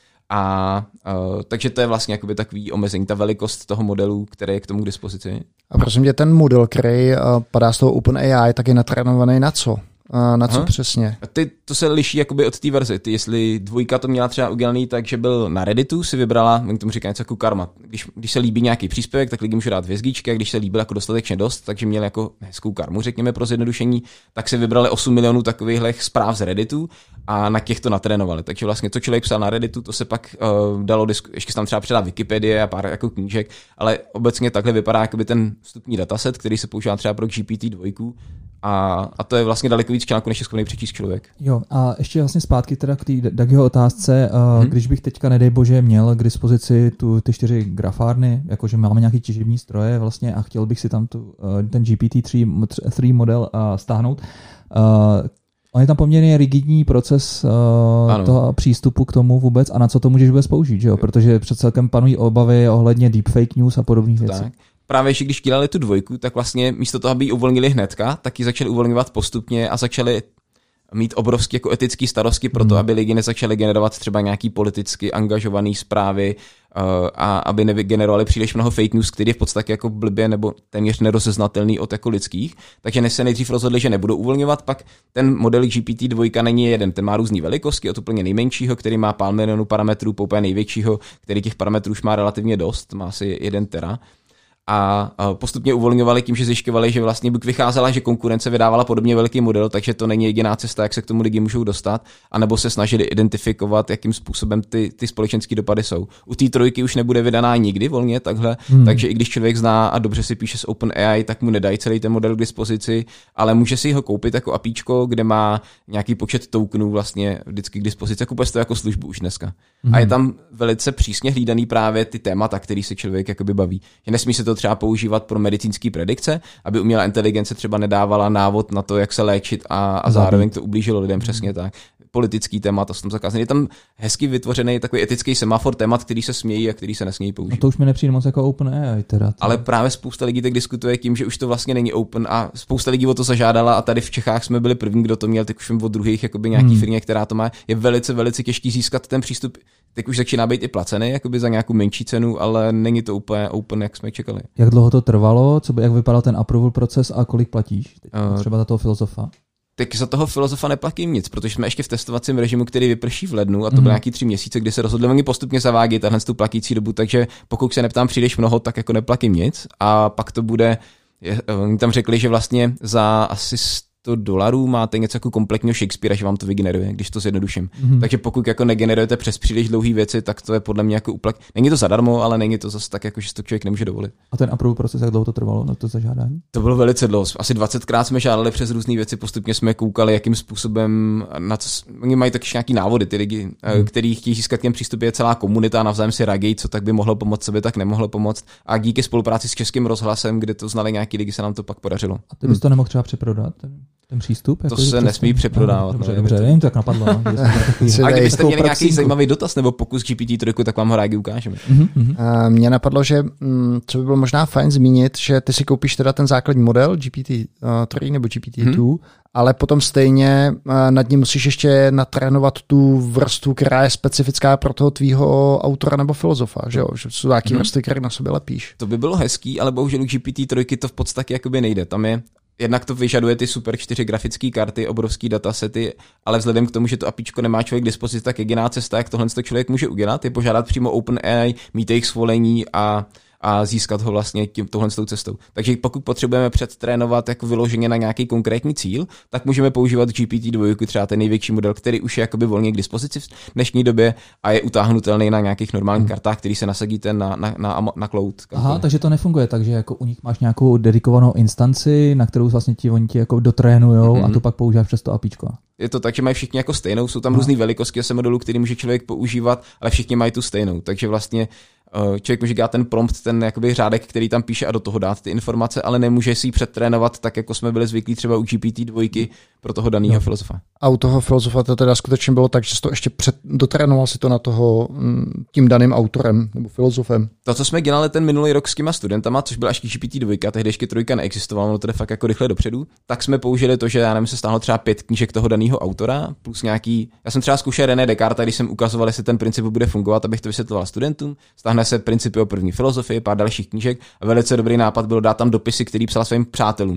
A uh, takže to je vlastně jakoby takový omezení, ta velikost toho modelu, který je k tomu k dispozici. A prosím tě, ten model, který uh, padá z toho OpenAI, tak je natrénovaný na co? A na co Aha. přesně? A ty, to se liší jakoby od té verze. Ty, jestli dvojka to měla třeba udělaný tak, že byl na Redditu, si vybrala, oni tomu říkají něco jako karma. Když, když se líbí nějaký příspěvek, tak lidi můžou dát hvězdičky, a když se líbil jako dostatečně dost, takže měli jako hezkou karmu, řekněme pro zjednodušení, tak si vybrali osm milionů takovýchhle zpráv z Redditu a na těch to natrénovali. Takže vlastně co člověk psal na Redditu, to se pak uh, dalo, disk- ještě tam třeba předat Wikipedie a pár jako knížek, ale obecně takhle vypadá jakoby ten vstupní dataset, který se používá třeba pro G P T dva. A, a to je vlastně daleko víc článků, než je schopný přečíst člověk. Jo, a ještě vlastně zpátky teda k té Dagiho otázce, uh, hmm. když bych teďka, nedej bože, měl k dispozici tu, ty čtyři grafárny, jakože máme nějaký těžební stroje vlastně a chtěl bych si tam tu, uh, ten G P T tři model uh, stáhnout. Uh, on je tam poměrně rigidní proces uh, toho přístupu k tomu vůbec a na co to můžeš vůbec použít, že jo? Protože před celkem panují obavy ohledně deepfake news a podobných věcí. Tak. Právě, že když dělali tu dvojku, tak vlastně místo toho, aby ji uvolnili hnedka, tak ji začali uvolňovat postupně a začali mít obrovský jako etický starosti pro to, hmm. aby lidi nezačali generovat třeba nějaký politicky angažovaný zprávy uh, a aby nevygenerovali příliš mnoho fake news, který je v podstatě jako blbě nebo téměř nerozeznatelný od jako lidských. Takže než se nejdřív rozhodli, že nebudou uvolňovat, pak ten model G P T dva není jeden, ten má různý velikosti, od úplně nejmenšího, který má pár milionů parametrů, po úplně největšího, který těch parametrů už má relativně dost, má asi jeden tera. A postupně uvolňovali tím, že zjišťovali, že vlastně buď vycházela, že konkurence vydávala podobně velký model, takže to není jediná cesta, jak se k tomu lidi můžou dostat, anebo se snažili identifikovat, jakým způsobem ty, ty společenské dopady jsou. U té trojky už nebude vydaná nikdy volně takhle, hmm. takže i když člověk zná a dobře si píše s OpenAI, tak mu nedají celý ten model k dispozici, ale může si ho koupit jako apíčko, kde má nějaký počet tokenů vlastně vždycky k dispozici, kupuje to jako službu už dneska. Hmm. A je tam velice přísně hlídaný právě ty témata, který se člověk jakoby baví. Že nesmí se to třeba používat pro medicínské predikce, aby umělá inteligence třeba nedávala návod na to, jak se léčit a, a zároveň to ublížilo lidem přesně tak. Politický témat, to jsem zakázaný. Je tam hezky vytvořený takový etický semafor témat, který se smějí a který se nesmějí použít. No to už mi nepřijde moc jako OpenAI teda. Ale právě spousta lidí tak diskutuje tím, že už to vlastně není open a spousta lidí o to zažádala a tady v Čechách jsme byli první, kdo to měl, tak už od druhých jakoby nějaký hmm. firmě, která to má. Je velice, velice těžký získat ten přístup. Teď už začíná být i placený, jakoby za nějakou menší cenu, ale není to úplně open, jak jsme čekali. Jak dlouho to trvalo? Co by, jak vypadal ten approval proces a kolik platíš? Teď uh, třeba za toho filozofa? Tak za toho filozofa neplatím nic, protože jsme ještě v testovacím režimu, který vyprší v lednu a to mm. bylo nějaký tři měsíce, kdy se rozhodli oni postupně zavádět tahle tu platící dobu, takže pokud se neptám příliš mnoho, tak jako neplatím nic a pak to bude, je, oni tam řekli, že vlastně za asi sto dolarů máte něco jako kompletního Shakespearea, že vám to vygeneruje, když to zjednoduším. Mm. Takže pokud jako negenerujete přes příliš dlouhé věci, tak to je podle mě jako uplat. Není to zadarmo, ale není to zase tak, jako, že to člověk nemůže dovolit. A ten approve proces, jak dlouho to trvalo na to zažádání? To bylo velice dlouho. Asi dvacetkrát jsme žádali přes různé věci, postupně jsme koukali, jakým způsobem na to, oni mají taky nějaký návody, ty lidi, mm. který chtějí získat k těm přístupy, je celá komunita, navzájem si raději, co tak by mohlo pomoct, co by tak nemohlo pomoct. A díky spolupráci s Českým rozhlasem, kde to znali nějaký lidi, se nám to pak podařilo. A ty bys to nemohl třeba přeprodat? Ten přístup? To se nesmí přeprodávat. Dobře, dobře, jen tak napadlo. No, a kdybyste měli nějaký zajímavý dotaz nebo pokus G P T tři, tak vám ho rádi ukážeme. Uh, Mně napadlo, že m, co by bylo možná fajn zmínit, že ty si koupíš teda ten základní model G P T tři nebo G P T dva, hmm. ale potom stejně uh, nad ním musíš ještě natrénovat tu vrstvu, která je specifická pro toho tvýho autora nebo filozofa, že jo? Že jsou nějaký hmm. vrstvy, které na sobě lepíš. To by bylo hezký, ale bohužel u G P T tři to v podstatě jakoby nejde. Tam je jednak to vyžaduje ty super čtyři grafické karty, obrovský datasety, ale vzhledem k tomu, že to apíčko nemá člověk k dispozici, tak jediná cesta, jak tohle člověk může udělat, je požádat přímo OpenAI, mít jejich svolení a a získat ho vlastně tím, tohle s tou cestou. Takže pokud potřebujeme předtrénovat jako vyloženě na nějaký konkrétní cíl, tak můžeme používat G P T dva, třeba ten největší model, který už je jakoby volně k dispozici v dnešní době a je utáhnutelný na nějakých normálních hmm. kartách, který se nasadíte na, na, na, na cloud. Aha, takže to nefunguje tak, že jako u nich máš nějakou dedikovanou instanci, na kterou vlastně ti oni ti jako dotrénujou hmm. a tu pak používáš přes to apíčko. Je to tak, že mají všichni jako stejnou, jsou tam různé velikosti asi modelů, který může člověk používat, ale všichni mají tu stejnou. Takže vlastně člověk může dát ten prompt, ten jakoby řádek, který tam píše a do toho dát ty informace, ale nemůže si ji předtrénovat tak, jako jsme byli zvyklí třeba u G P T dva pro toho daného no. filozofa. A u toho filozofa to teda skutečně bylo tak, že jsi to ještě před, dotrénoval si to na toho tím daným autorem nebo filozofem. To, co jsme dělali ten minulý rok s těma studentama, což byl až G P T dva, tehdy ještě trojka neexistovala, ono to jde fakt jako rychle dopředu, tak jsme použili to, že já nevím, se stáhlo třeba pět knížek toho daného autora, plus nějaký, já jsem třeba zkoušel René Descartes, když jsem ukazoval, jestli ten princip bude fungovat, abych to vysvětloval studentům. Stáhne se principy o první filozofii, pár dalších knížek a velice dobrý nápad bylo dát tam dopisy, který psal svým přátelům.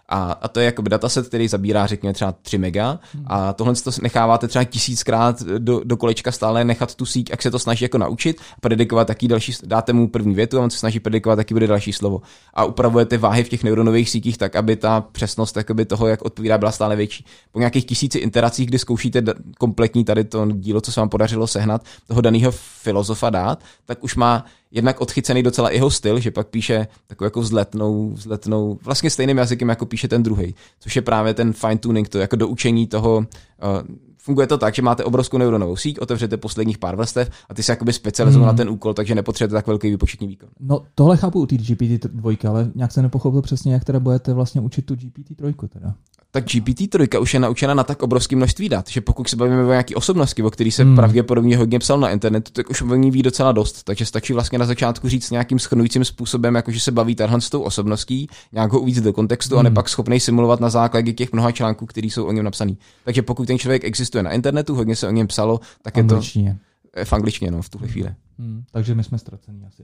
A, a to je jakoby dataset, který zabírá, řekněme, třeba tři mega a tohle to necháváte třeba tisíckrát do, do kolečka stále nechat tu síť, jak se to snaží jako naučit, predikovat taky další, dáte mu první větu a on se snaží predikovat, taky bude další slovo. A upravujete váhy v těch neuronových sítích tak, aby ta přesnost jakoby toho, jak odpovídá, byla stále větší. Po nějakých tisíci interacích, kdy zkoušíte kompletní tady to dílo, co se vám podařilo sehnat, toho daného filozofa dát, tak už má jednak odchycený docela jeho styl, že pak píše takovou jako vzletnou, vzletnou, vlastně stejným jazykem, jako píše ten druhý, což je právě ten fine tuning, to jako doučení toho. Uh, funguje to tak, že máte obrovskou neuronovou síť, otevřete posledních pár vrstev a ty se jakoby specializují mm. na ten úkol, takže nepotřebujete tak velký výpočetní výkon. No tohle chápu u té G P T dva, ale nějak se nepochopil přesně, jak teda budete vlastně učit tu G P T tři teda. Tak G P T tři už je naučena na tak obrovské množství dat, že pokud se bavíme o nějaké osobnosti, o který se hmm. pravděpodobně hodně psal na internetu, tak už o ní ví docela dost. Takže stačí vlastně na začátku říct nějakým shrnujícím způsobem, jakože se baví tahle s tou osobností, nějak ho uvíct do kontextu hmm. a nepak schopnej simulovat na základě těch mnoha článků, které jsou o něm napsaný. Takže pokud ten člověk existuje na internetu, hodně se o něm psalo, tak angličtině. Je to v angličtině, no, v tuhle chvíli. Hmm. Takže my jsme ztracení asi.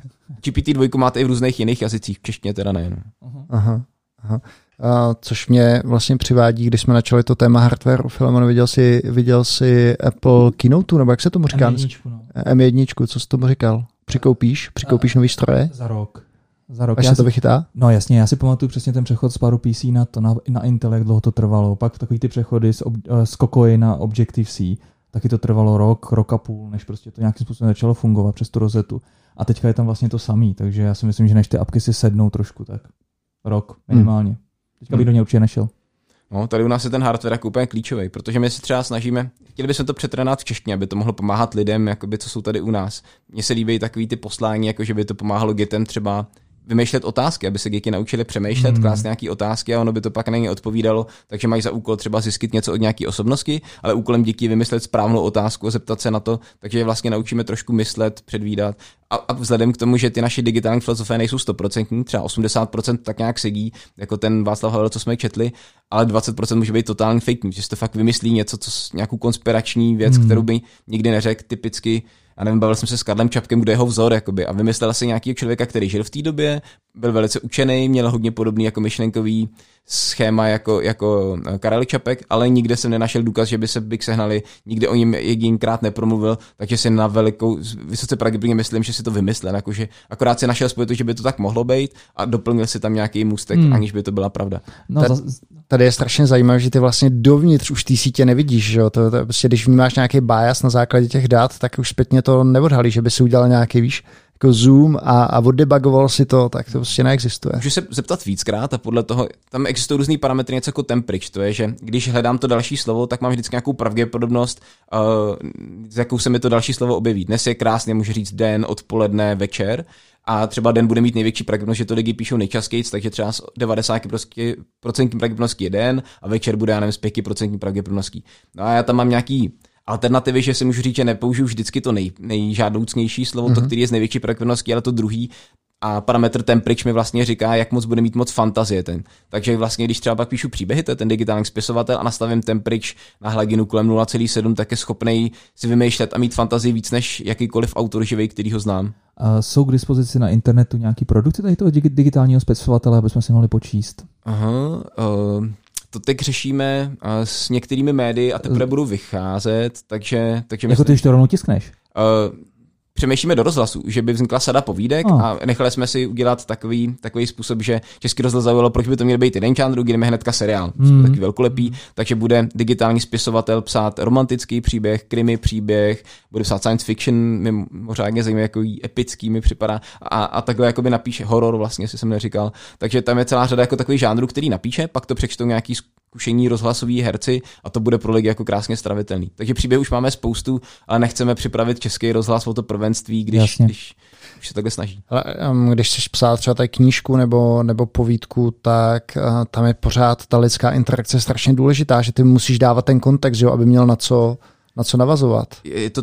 G P T dva máte i v různých jiných jazycích, v češtině teda nejen. Uh-huh. Aha. Aha. Uh, což mě vlastně přivádí, když jsme načali to téma hardwareu. Filemon, viděl jsi, viděl jsi Apple Keynote, nebo jak se tomu říká? M jedna, no. M jedna, co jsi tomu říkal? Přikoupíš? Přikoupíš nový stroje? Za rok. Za rok. Až já se to si, vychytá? No jasně, já si pamatuju přesně ten přechod z paru P C na, to, na, na Intel, jak dlouho to trvalo. Pak takový ty přechody z, ob, z Kokoji na Objective-C, taky to trvalo rok, rok a půl, než prostě to nějakým způsobem začalo fungovat přes tu rozetu. A teďka je tam vlastně to samý, takže já si myslím, že než ty apky si sednou trošku, tak rok minimálně. Hmm. Teďka bych do něj určitě nešel. No, tady u nás je ten hardware jako úplně klíčový, protože my se třeba snažíme, chtěli bychom to přetrénovat v češtině, aby to mohlo pomáhat lidem, jakoby, co jsou tady u nás. Mně se líbí takový ty poslání, jako že by to pomáhalo dětem třeba vymýšlet otázky, aby se děti naučili přemýšlet, mm. klást nějaké otázky a ono by to pak na ně odpovídalo, takže mají za úkol třeba zjistit něco od nějaké osobnosti, ale úkolem dětí je vymyslet správnou otázku a zeptat se na to, takže je vlastně naučíme trošku myslet, předvídat. A, a vzhledem k tomu, že ty naše digitální filozofie nejsou sto procent, třeba osmdesát procent tak nějak sedí, jako ten Václav Havel, co jsme četli, ale dvacet procent může být totální fake news, že si to fakt vymyslí něco, co nějakou konspirační věc, mm. kterou by nikdy neřekl, typicky. A nevím, bavil jsem se s Karlem Čapkem, kdo je jeho vzor, jakoby, a vymyslel si nějakého člověka, který žil v té době, byl velice učený, měl hodně podobný jako myšlenkový schéma jako, jako Karel Čapek, ale nikde jsem nenašel důkaz, že by se Big sehnali, nikde o něm jedinkrát nepromluvil, takže si na velikou, vysoce pravděpodobně myslím, že si to vymyslel, jakože akorát si našel spojit, že by to tak mohlo být a doplnil si tam nějaký můstek, hmm. aniž by to byla pravda. No, tady, tady je strašně zajímavé, že ty vlastně dovnitř už té sítě nevidíš, že jo? To, to, prostě, když vnímáš nějaký bias na základě těch dat, tak už zpětně to neodhalí, že by si udělal nějaký, víš, jako zoom a, a oddebugoval si to, tak to prostě neexistuje. Můžu se zeptat víckrát a podle toho, tam existují různý parametry, něco jako temperature, to je, že když hledám to další slovo, tak mám vždycky nějakou pravděpodobnost, uh, z jakou se mi to další slovo objeví. Dnes je krásně, můžu říct den, odpoledne, večer. A třeba den bude mít největší pravděpodobnost, že to lidi píšou nejčastěji, takže třeba s devadesát procent pravděpodobností je den a večer bude, já nevím, s pět procent pravděpodobností. No a já tam mám nějaký alternativy, že si můžu říct, že nepoužiju vždycky to nej, nejžádoucnější slovo, mm-hmm. to, který je z největší pravděpodobností, ale to druhý. A parametr temperature mi vlastně říká, jak moc bude mít moc fantazie ten. Takže vlastně, když třeba pak píšu příběhy, to je ten digitální spisovatel a nastavím temperature na hladinu kolem nula celá sedm, tak je schopný si vymýšlet a mít fantazii víc než jakýkoliv autor živej, který ho znám. A jsou k dispozici na internetu nějaký produkty tady toho digitálního spisovatele, aby jsme si mohli počíst? Aha, uh... To teď řešíme s některými médii a teprve budou vycházet, takže... takže jako ty už to rovnou tiskneš? Uh, přemýšlíme do rozhlasu, že by vznikla sada povídek oh. a nechali jsme si udělat takový, takový způsob, že Český rozhlas zaujalo, proč by to měl být jeden žánr, druhý jdeme hnedka seriál. Mm. Taky velkolepý, takže bude digitální spisovatel psát romantický příběh, krimi příběh, bude psát science fiction, mimořádně zajímavý, jako epický mi připadá a, a takhle jakoby napíše horor vlastně, jestli jsem neříkal. Takže tam je celá řada jako takových žánrů, který napíše, pak to přečtou nějaký zkušení rozhlasoví herci a to bude pro lidi jako krásně stravitelný. Takže příběh už máme spoustu, ale nechceme připravit Český rozhlas o to prvenství, když, když už se takhle snaží. Ale když chceš psát třeba tady knížku nebo, nebo povídku, tak uh, tam je pořád ta lidská interakce strašně důležitá, že ty musíš dávat ten kontext, jo, aby měl na co, na co navazovat. Je to ta,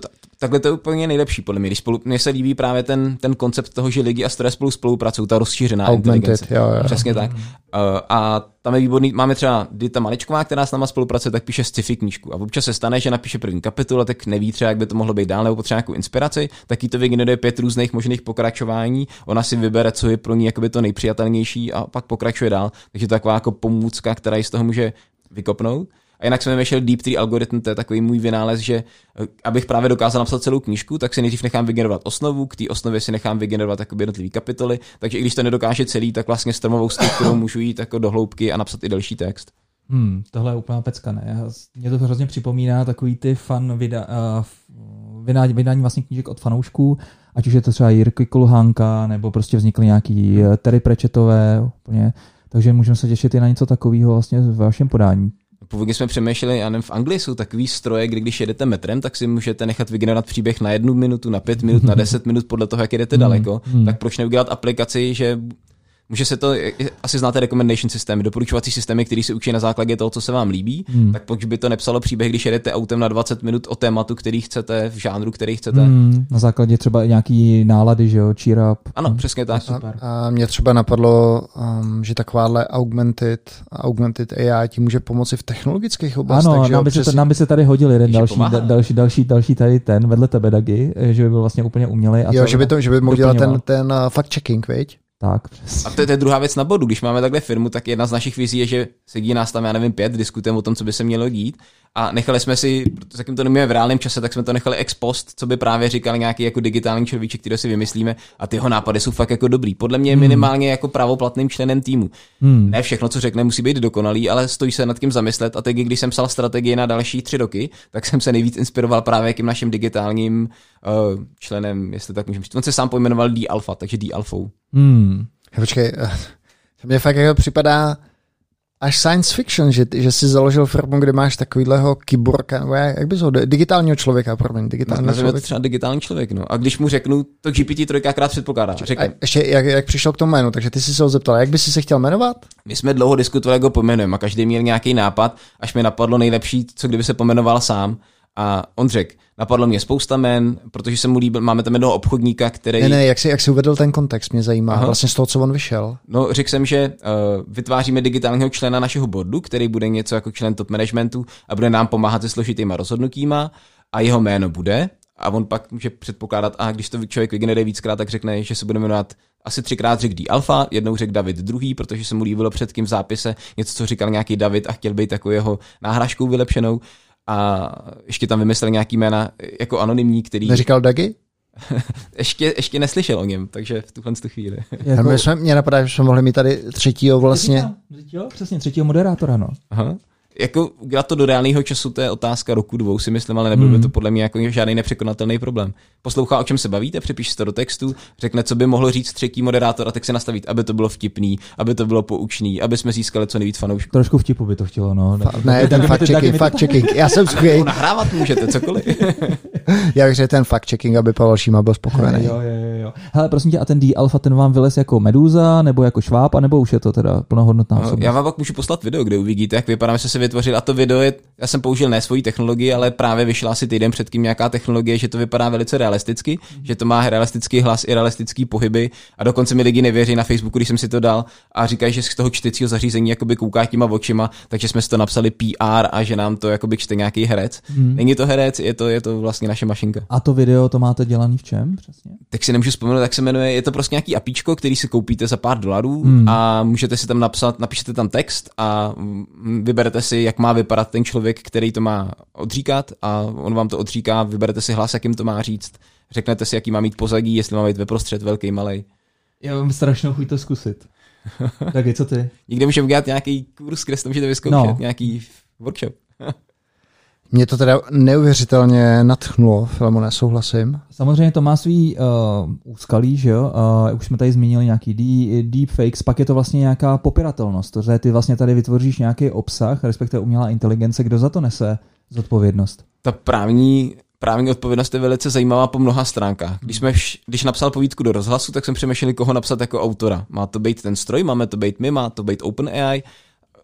takhle to je úplně nejlepší, podle mě. Když spolu, mně se líbí právě ten, ten koncept toho, že lidi a stroje spolu spolupracují, ta rozšířená Augmented, inteligence. jo, jo. Přesně tak. Uh, a tam je výborný, máme třeba Dita Maličková, která s náma spolupracuje, tak píše sci-fi knížku. A občas se stane, že napíše první kapitolu, a tak neví třeba, jak by to mohlo být dál, nebo potřebuje nějakou inspiraci, tak jí to vygeneruje pět různých možných pokračování. Ona si vybere, co je pro ní jakoby to nejpřijatelnější a pak pokračuje dál. Takže to je taková jako pomůcka, která ji z toho může vykopnout. A jinak jsme vymýšleli Deep Tree algoritm, to je takový můj vynález, že abych právě dokázal napsat celou knížku, tak si nejdřív nechám vygenerovat osnovu, k té osnově si nechám vygenerovat jednotlivé kapitoly, takže i když to nedokáže celý, tak vlastně stromovou strukturou můžu jít jako do hloubky a napsat i další text. Hmm, tohle je úplná pecka, ne? Mě to hrozně připomíná takový ty fan vida, uh, vydání, vydání vlastně knížek od fanoušků, ať už je to třeba Jirky Kulhánka, nebo prostě vznikly nějaký Terry Pratchettové, úplně. Takže můžeme se těšit i na něco takového vlastně v vašem podání. Původně jsme přemýšleli, já nevím, v Anglii jsou takový stroje, kdy když jedete metrem, tak si můžete nechat vygenerovat příběh na jednu minutu, na pět minut, na deset minut, podle toho, jak jedete daleko. Hmm. Tak proč neudělat aplikaci, že může se to, asi znáte recommendation systémy, doporučovací systémy, které se učí na základě toho, co se vám líbí, hmm. tak proč by to nepsalo příběh, když jedete autem na dvacet minut o tématu, který chcete, v žánru, který chcete. Hmm. Na základě třeba nějaký nálady, že jo, cheer up. Ano, hmm. přesně tak. Super. A, a mě třeba napadlo, um, že takováhle augmented, augmented A I ti může pomoci v technologických oblastech. Ano, že nám by, se, nám by se tady hodil jeden další, da, další, další, další tady ten, vedle tebe Dagi, že by byl vlastně úplně umělej. A jo, že by, to, že by mohl dělat ten, ten uh, fact-checking, viď? Tak, a to je, to je druhá věc na bodu. Když máme takhle firmu, tak jedna z našich vizí je, že sedí nás tam, já nevím, pět, diskutujeme o tom, co by se mělo dít. A nechali jsme si, protože to nemíme v reálném čase, tak jsme to nechali ex post, co by právě říkal nějaký jako digitální človíček, který si vymyslíme, a ty jeho nápady jsou fakt jako dobrý. Podle mě je minimálně jako pravoplatným členem týmu. Hmm. Ne všechno, co řekne, musí být dokonalý, ale stojí se nad tím zamyslet. A teď, když jsem psal strategii na další tři roky, tak jsem se nejvíc inspiroval právě tím naším digitálním uh, členem, jestli tak můžeme říct. On se sám pojmenoval D-Alpha, takže D-Alphou. Hmm. Počkej, to mě fakt jako připadá až science fiction, že, že jsi založil firmu, kde máš takovýhleho kyborka, nebo jak bys ho, digitálního člověka, promiň, digitálního no, člověka. Třeba digitální člověk, no. A když mu řeknu, to G P T tři krát předpokládá. A ještě jak, jak přišel k tomu jménu, takže ty jsi se ho zeptal, jak bys si se chtěl jmenovat? My jsme dlouho diskutovali, jak ho pojmenujeme a každý měl nějaký nápad, až mi napadlo nejlepší, co kdyby se pomenoval sám. A on řekl, napadlo mě spousta jmen, protože se mu líbil, máme tam jednoho obchodníka, který... Ne, ne, jak jsi, jak jsi uvedl ten kontext, mě zajímá, Aha. vlastně z toho, co on vyšel. No, řekl jsem, že uh, vytváříme digitálního člena našeho boardu, který bude něco jako člen top managementu a bude nám pomáhat se složitýma rozhodnutíma a jeho jméno bude. A on pak může předpokládat, a když to člověk vygeneruje víckrát, tak řekne, že se bude jmenovat asi třikrát řekl D-Alpha, jednou řekl David druhý, protože se mu líbilo předtím v zápise něco, co říkal nějaký David a chtěl být takovou jeho náhražkou vylepšenou. A ještě tam vymyslel nějaký jména jako anonymní, který... Neříkal Dagi? ještě, ještě neslyšel o něm, takže v tuhle chvíli. Jako... My jsme, mě napadá, že jsme mohli mít tady třetího vlastně... Třetího? Přesně, třetího moderátora, no. Aha. Jako udělat to do reálného času, to je otázka roku, dvou si myslím, ale nebyl by to podle mě jako žádný nepřekonatelný problém. Poslouchá, o čem se bavíte, přepíš to do textu, řekne, co by mohlo říct třetí moderátor a tak se nastavit, aby to bylo vtipný, aby to bylo poučný, aby jsme získali co nejvíc fanoušků. Trošku vtipu by to chtělo, no. Fa- ne, ten fact checking, fact checking. Já jsem schvěj. Nahrávat můžete cokoliv. Já bych řekl ten fact checking, aby Pavel Šíma byl spokojený. Jo, jo, jo. Hele, prosím tě, a ten D-Alpha, ten vám vylez jako Meduza, nebo jako Šváb, anebo už je to teda plnohodnotná osobnost? No, já vám pak můžu poslat video, kde uvidíte, jak vypadá, že se vytvořil, a to video je, já jsem použil ne svoji technologii, ale právě vyšla asi týden předtím nějaká technologie, že to vypadá velice realisticky, mm. že to má realistický hlas i realistický pohyby, a dokonce mi lidi nevěří na Facebooku, když jsem si to dal, a říkají, že z toho čtecího zařízení jakoby kouká těma očima, takže jsme si to napsali P R a že nám to jakoby čte nějaký herec. Mm. Není to herec, je to, je to vlastně naše mašinka. A to video to máte dělaný v čem přesně? Tak si nemůžu vzpomenout, jak se jmenuje, je to prostě nějaký apíčko, který si koupíte za pár dolarů mm. a můžete si tam napsat, napíšete tam text a vyberete si, jak má vypadat ten člověk, který to má odříkat, a on vám to odříká, vyberete si hlas, jakým to má říct, řeknete si, jaký má mít pozadí, jestli má být ve prostřed, velký, malej. Já mám strašnou chuť to zkusit. Tak je, co ty? Nikde můžeme udělat nějaký kurz, kde si to můžete vyzkoušet, no. Nějaký workshop. Mě to teda neuvěřitelně nadchnulo, Filemone, souhlasím. Samozřejmě to má svý uh, úskalí, že jo? Uh, už jsme tady zmínili nějaký deepfakes, pak je to vlastně nějaká popiratelnost, to, že ty vlastně tady vytvoříš nějaký obsah, respektive umělá inteligence, kdo za to nese zodpovědnost? Ta právní, právní odpovědnost je velice zajímavá po mnoha stránkách. Když, jsme vš, když napsal povídku do rozhlasu, tak jsem přemýšleli, koho napsat jako autora. Má to být ten stroj, máme to být my, má to být OpenAI.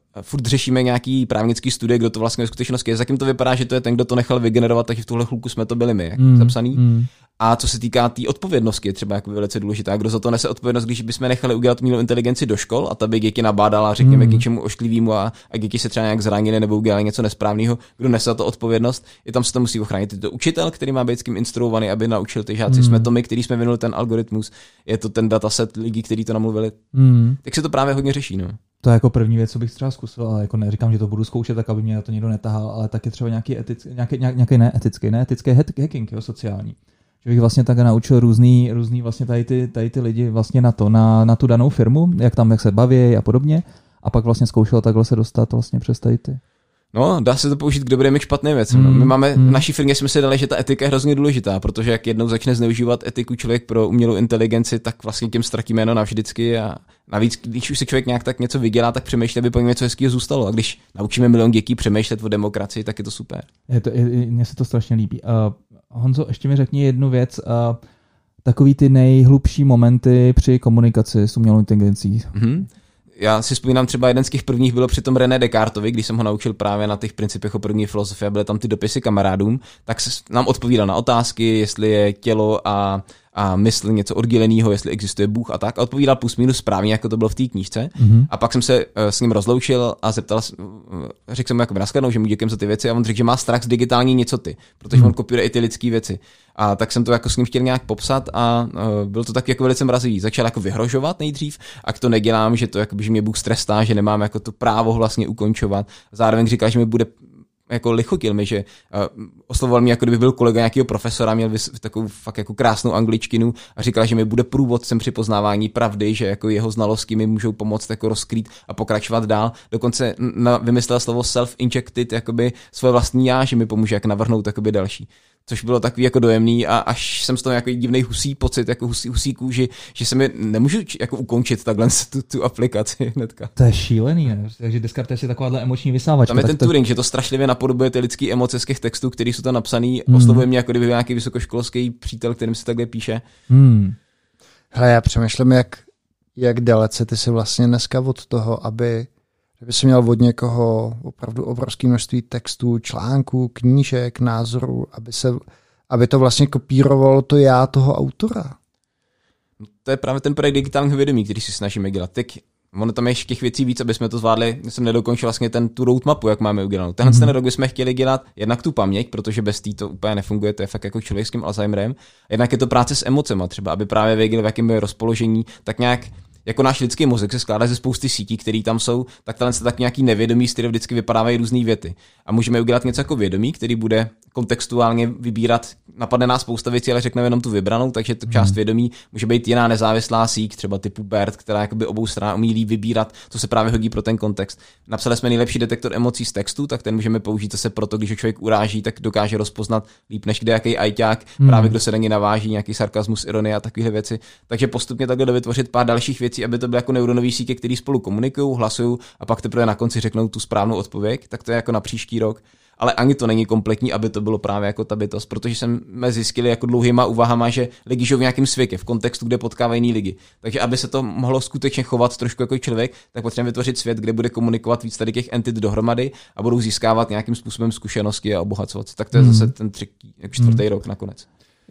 furt řešíme nějaký právnický studie, kdo to vlastně ve skutečnosti je. Zatím to vypadá, že to je ten, kdo to nechal vygenerovat, takže v tuhle chvilku jsme to byli my, jak mm, zapsaný. Mm. A co se týká té tý odpovědnosti, je třeba jako velice důležitá. Kdo za to nese odpovědnost, když bychom nechali udělat umělou inteligenci do škol a ta by děti nabádala, řekněme, mm. k něčemu ošklivýmu a, a děti se třeba nějak zranily nebo udělali něco nesprávného, kdo nese to odpovědnost, je tam se to musí ochránit. Je to učitel, který má být s kým instruovaný, aby naučil ty žáci. Mm. Jsme to my, který jsme vynuli ten algoritmus, je to ten dataset lidí, kteří to namluvili. Mm. Tak se to právě hodně řeší, no. To je jako první věc, co bych třeba zkusil, ale jako neříkám, že to budu zkoušet, tak aby mě na to někdo netahal, ale taky třeba nějaký etický, nějaký, nějaký neetický, neetický hacking, jo, sociální. Že bych vlastně tak naučil různý, různý vlastně tady ty, tady ty lidi vlastně na to, na, na tu danou firmu, jak tam, jak se baví a podobně, a pak vlastně zkoušel takhle se dostat vlastně přes tady ty. No, dá se to použít k dobrým i k špatným věcem. Mm, My máme, mm. v naší firmě jsme si dali, že ta etika je hrozně důležitá, protože jak jednou začne zneužívat etiku člověk pro umělou inteligenci, tak vlastně tím ztratí jméno navždycky a navíc, když už si člověk nějak tak něco vydělá, tak přemýšlí, aby po něm něco hezkého zůstalo. A když naučíme milion dětí přemýšlet o demokracii, tak je to super. Je to, je, mně se to strašně líbí. Uh, Honzo, ještě mi řekni jednu věc. Uh, takový ty nejhlubší momenty při komunikaci s umělou inteligencí. Mm-hmm. Já si vzpomínám, třeba jeden z těch prvních bylo při tom René Descartovi, když jsem ho naučil právě na těch principech o první filozofii a byly tam ty dopisy kamarádům, tak se nám odpovídal na otázky, jestli je tělo a, a mysl něco odděleného, jestli existuje Bůh a tak. A odpovídal plus minus správně, jako to bylo v té knížce. Mm-hmm. A pak jsem se s ním rozloučil a zeptal, řekl jsem mu jako naskladnou, že mu děkujem za ty věci a on řekl, že má strach z digitální nicoty, protože mm-hmm. on kopíruje i ty lidské věci. A tak jsem to jako s ním chtěl nějak popsat a uh, bylo to taky jako velice mrazivý. Začal jako vyhrožovat nejdřív, a to nedělám, že to jako, že mě Bůh strestá, že nemám jako to právo vlastně ukončovat. Zároveň říkal, že mi bude jako lichotil mi, že uh, oslovoval mě, jako kdyby byl kolega nějakého profesora, měl vys- takovou fakt jako krásnou angličtinu a říkal, že mi bude průvodcem při poznávání pravdy, že jako jeho znalosti mi můžou pomoct jako rozkrýt a pokračovat dál. Dokonce na, vymyslel slovo self-injected, jakoby svoje vlastní já, že mi pomůže jak navrhnout jakoby další. Což bylo takový jako dojemný a až jsem z toho nějaký divnej husí pocit, jako husí, husí kůži, že se mi nemůžu jako ukončit takhle tu, tu aplikaci hnedka. To je šílený, ne? Takže Descartes je takováhle emoční vysávačka. Tam je ten to... Turing, že to strašlivě napodobuje ty lidské emoce z těch textů, které jsou tam napsaný. Hmm. Oslovuje mě, jako kdyby nějaký vysokoškolský přítel, kterým se takhle píše. Hmm. Hele, já přemýšlím, jak, jak dalece ty si vlastně dneska od toho, aby kdyby jsi měl od někoho opravdu obrovské množství textů, článků, knížek, názorů, aby, se, aby to vlastně kopírovalo to já toho autora. To je právě ten projekt digitálního vědomí, který si snažíme dělat. Teď ono tam je ještě těch věcí víc, aby jsme to zvládli. Já jsem nedokončil vlastně ten, tu roadmapu, jak máme udělanou. Tenhle mm-hmm. ten rok bychom chtěli dělat jednak tu paměť, protože bez té to úplně nefunguje, to je fakt jako člověk s tím Alzheimerem. Jednak je to práce s emocema třeba, aby právě věděl, v jakém je rozpoložení, tak nějak jako náš lidský mozek se skládá ze spousty sítí, které tam jsou, tak talent se tak nějaký nevědomí, z kterého vždycky vypadávají různé věty. A můžeme udělat něco jako vědomí, který bude kontextuálně vybírat, napadne nás spousta věcí, ale řekneme jenom tu vybranou, takže tu část vědomí může být jiná nezávislá síť, třeba typu BERT, která jakoby obou stran umí líp vybírat, co se právě hodí pro ten kontext. Napsali jsme nejlepší detektor emocí z textu, tak ten můžeme použít zase proto, když ho člověk uráží, tak dokáže rozpoznat líp než kde jaký ajťák, hmm. právě kdo se na ně naváží, nějaký sarkasmus, ironie a takovéhle věci. Takže postupně takhle vytvořit pár dalších věcí, aby to byly jako neuronové sítě, které spolu komunikují, hlasují a pak teprve na konci řeknou tu správnou odpověď, tak to je jako na příští rok. Ale ani to není kompletní, aby to bylo právě jako ta bytost, protože jsme zjistili jako dlouhýma úvahama, že lidi žijou v nějakém světě, v kontextu, kde potkávají jiný lidi. Takže aby se to mohlo skutečně chovat trošku jako člověk, tak potřebujeme vytvořit svět, kde bude komunikovat víc tady těch entit dohromady a budou získávat nějakým způsobem zkušenosti a obohacovat. Tak to je zase ten třetí, jako čtvrtý hmm. rok nakonec.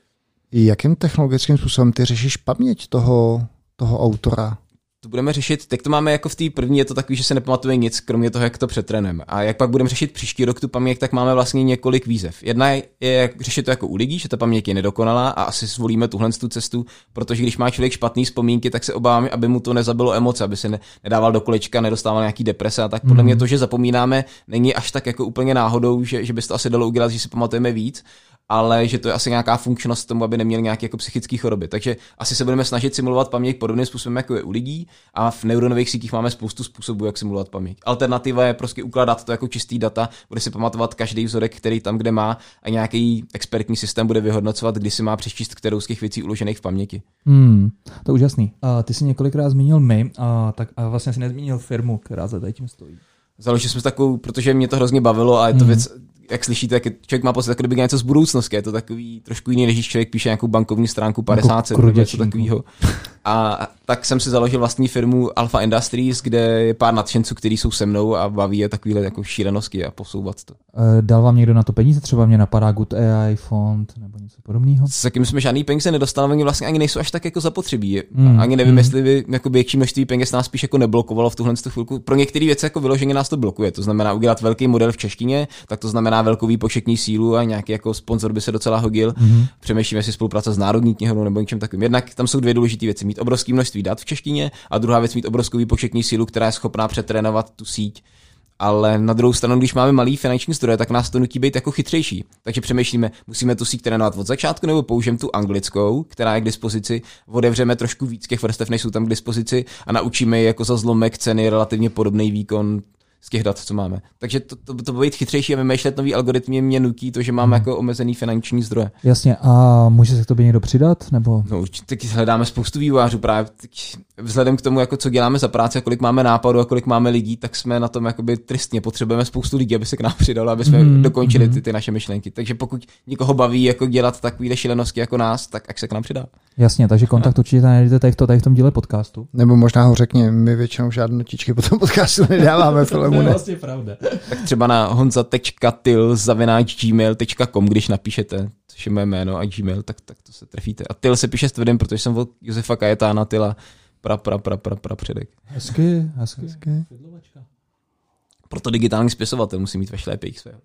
Jakým technologickým způsobem ty řešíš paměť toho, toho autora? To budeme řešit, teď to máme jako v té první, je to takový, že se nepamatuje nic, kromě toho, jak to přetreneme. A jak pak budeme řešit příští rok tu paměť, tak máme vlastně několik výzev. Jedna je, je řešit to jako u lidí, že ta paměť je nedokonalá a asi zvolíme tuhle tu cestu, protože když má člověk špatný vzpomínky, tak se obáváme, aby mu to nezabilo emoce, aby se ne, nedával do kolečka, nedostával nějaký deprese a tak. Podle mm. mě to, že zapomínáme, není až tak jako úplně náhodou, že, že by se to asi dalo udělat, že si pamatujeme víc, ale že to je asi nějaká funkčnost tomu, aby neměl nějaké jako psychické choroby. Takže asi se budeme snažit simulovat paměť podobným způsobem, jako je u lidí, a v neuronových sítích máme spoustu způsobů, jak simulovat paměť. Alternativa je prostě ukládat to jako čistý data, bude si pamatovat každý vzorek, který tam, kde má, a nějaký expertní systém bude vyhodnocovat, kdy si má přečíst kterou z těch věcí uložených v paměti. Hmm, to je úžasný. Uh, ty jsi několikrát zmínil my, uh, tak uh, vlastně si nezmínil firmu, která za tím stojí. Založili jsme takovou, protože mě to hrozně bavilo a je to hmm. věc, jak slyšíte, jak člověk má pocit, jako kdyby něco z budoucnosti. Je to takový trošku jiný, než když člověk píše nějakou bankovní stránku padesát set nebo něco takového. A tak jsem si založil vlastní firmu Alpha Industries, kde je pár nadšenců, kteří jsou se mnou a baví je takovýhle jako šílenosti a posouvat to. Dal vám někdo na to peníze? Třeba mě napadá Good A I fond nebo něco podobného? S jakým jsme žádný peníze nedostali, oni vlastně ani nejsou až tak jako zapotřebí. Mm, ani nevím, mm. jestli by jako větší množství peněz nás spíš jako neblokovalo v tuhle chvilku. Pro některé věci jako vyloženě nás to blokuje. To znamená udělat velký model v češtině, tak to znamená velkou výpočetní sílu a nějaký jako sponzor by se docela hodil. Mm. Přemýšlíme si spolupráce s Národní knihovnou nebo něčím takovým. Jednak tam jsou dvě důležité věci: mít obrovské množství dat v češtině a druhá věc mít obrovskou výpočetní sílu, která je schopná přetrénovat tu síť. Ale na druhou stranu, když máme malý finanční zdroje, tak nás to nutí být jako chytřejší. Takže přemýšlíme, musíme tu síť trénovat od začátku, nebo použijeme tu anglickou, která je k dispozici, otevřeme trošku víc těch vrstev, než jsou tam k dispozici a naučíme je jako za zlomek ceny relativně podobný výkon z těch dat, co máme. Takže to, to, to být chytřejší a vymýšlet nový algoritmy mě nutí to, že máme hmm. jako omezený finanční zdroje. Jasně, a může se k tobě někdo přidat? Nebo? No určitě hledáme spoustu vývojářů právě. Vzhledem k tomu, jako co děláme za práci a kolik máme nápadů a kolik máme lidí, tak jsme na tom jakoby tristně. Potřebujeme spoustu lidí, aby se k nám přidalo, aby jsme hmm. dokončili ty, ty naše myšlenky. Takže pokud někoho baví jako dělat takovýhle šílenosti jako nás, tak ať se k nám přidá. Jasně, takže kontakt určitě najdete tady v, to, tady v tom díle podcastu. Nebo možná ho řekně, my většinou žádné notičky po tom podcastu nedáváme. To je vlastně pravda. Tak třeba na honza tečka tyl zavináč gmail tečka com, když napíšete, což je moje jméno a Gmail, tak, tak to se trefíte. A Tyl se píše s tvrdým, protože jsem od Josefa Kajetána Tyla pra, pra, pra, pra, pra předek. Hezky, hezky. hezky. Proto digitální spisovatel musí mít ve šlépějích své.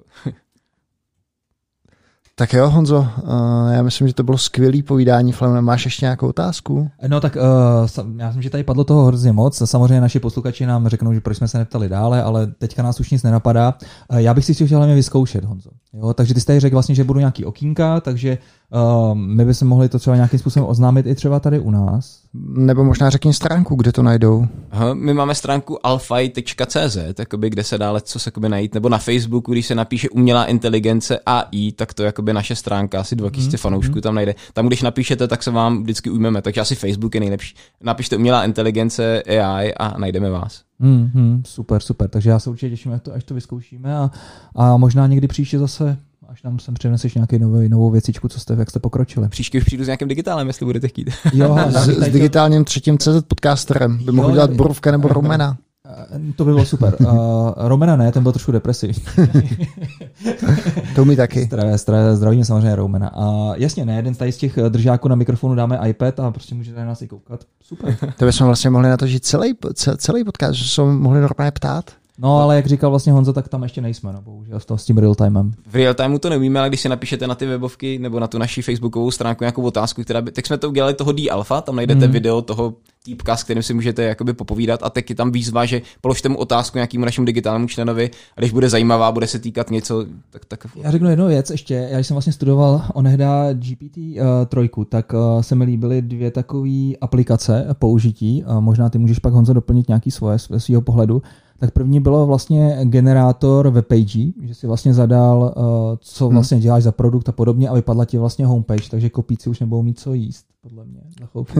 Tak jo, Honzo, uh, já myslím, že to bylo skvělý povídání. Flaune, máš ještě nějakou otázku? No tak uh, já myslím, že tady padlo toho hrozně moc. Samozřejmě naši posluchači nám řeknou, že proč jsme se neptali dále, ale teďka nás už nic nenapadá. Uh, já bych si chtěl hlavně vyzkoušet, Honzo. Jo, takže ty jsi tady řekl vlastně, že budou nějaký okýnka, takže uh, my bychom mohli to třeba nějakým způsobem oznámit i třeba tady u nás. Nebo možná řekni stránku, kde to najdou. Aha, my máme stránku alfaj tečka cé zet, jakoby, kde se dá leco se najít, nebo na Facebooku, když se napíše umělá inteligence A I, tak to je jakoby naše stránka, asi dva tisíce mm, fanoušků mm. tam najde. Tam, když napíšete, tak se vám vždycky ujmeme, takže asi Facebook je nejlepší. Napište umělá inteligence A I a najdeme vás. Mm, mm, super, super, takže já se určitě těším, až to, až to vyzkoušíme a, a možná někdy příště zase, až nám sem přineseš nějakou novou, novou věcičku, co jste, jak jste pokročili. Příště už přijdu s nějakým digitálem, jestli budete chtít. Jo, s, s digitálním třetím C Z podcasterem. By mohl dělat Borůvka nebo Romena. To by bylo super. Uh, Romena ne, ten byl trošku depresivní. To umí taky. Zdravé, zdravé, zdravím samozřejmě Romena. Uh, jasně, ne, jeden z těch držáků na mikrofonu dáme iPad a prostě můžete na nás i koukat. Super. To bychom vlastně mohli natočit celý, celý podcast, že jsme mohli normálně ptát. No, ale jak říkal vlastně Honza, tak tam ještě nejsme, no, bohužel s, to, s tím real timem. V real timeu to neumíme, ale když si napíšete na ty webovky nebo na tu naši facebookovou stránku nějakou otázku, která by, tak jsme to udělali toho D-Alpha, tam najdete mm. video toho týpka, s kterým si můžete jakoby popovídat a teď je tam výzva, že položte mu otázku nějakému našemu digitálnímu členovi a když bude zajímavá, bude se týkat něco, tak... tak... Já řeknu jednu věc ještě, já jsem vlastně studoval onehda G P T tři, uh, tak uh, se mi líbily dvě takové aplikace použití, uh, možná ty můžeš pak, Honzo, doplnit nějaký svoje, svého pohledu. Tak první bylo vlastně generátor webpage, že si vlastně zadal, uh, co vlastně děláš za produkt a podobně a vypadla ti vlastně homepage, takže kopíci už nebudou mít co jíst, podle mě, za chvilku.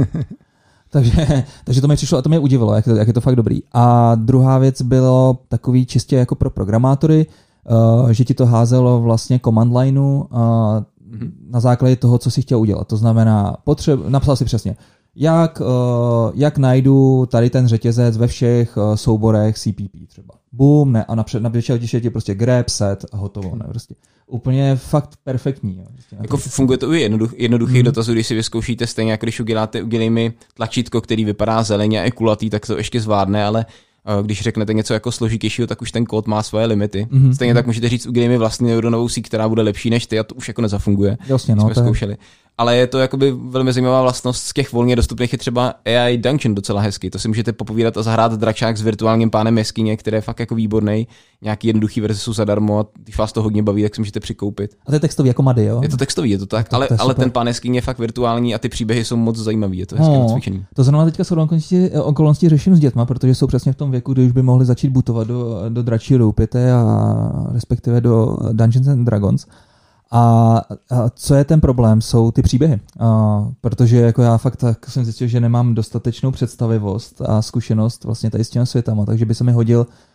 takže, takže to mi přišlo a to mě udivilo, jak, jak je to fakt dobrý. A druhá věc bylo takový čistě jako pro programátory, uh, že ti to házelo vlastně command lineu uh, mm-hmm. na základě toho, co si chtěl udělat. To znamená, potřeb, napsal si přesně, Jak, uh, jak najdu tady ten řetězec ve všech uh, souborech C P P třeba. Bum, ne, a napřed, napřed ti prostě grab, set a hotovo. Ne, prostě. Úplně fakt perfektní. Jo, prostě jako funguje to u jednoduch, jednoduchých mm. dotazů, když si vyzkoušíte stejně, jako když uděláte, udělej mi tlačítko, který vypadá zeleně a je kulatý, tak to ještě zvládne, ale uh, když řeknete něco jako složitějšího, tak už ten kód má svoje limity. Mm-hmm. Stejně tak můžete říct, udělej mi vlastní neuronovou síť, která bude lepší než ty a to už jako nezafunguje. Jasně, no, jsme zkoušeli. Ale je to jakoby velmi zajímavá vlastnost, z těch volně dostupných je třeba A I Dungeon docela hezký. To si můžete popovídat a zahrát dračák s virtuálním pánem jeskyně, který je fakt jako výborný. Nějaký jednoduchý verze jsou zadarmo a když vás to hodně baví, tak si můžete přikoupit. A to je textový jako Mady, jo? Je to textový, je to tak, to, ale, to ale ten pán jeskyně je fakt virtuální a ty příběhy jsou moc zajímavý, je to hezky no, nacvičený. To zrovna teďka jsou okolností řeším s dětma, protože jsou přesně v tom věku, kdy už by mohli začít butovat do, do dračí roupěte a respektive do Dungeons and Dragons. A, a co je ten problém, jsou ty příběhy. A, protože jako já fakt tak jsem zjistil, že nemám dostatečnou představivost a zkušenost vlastně tady s těmi světama, takže by se mi hodil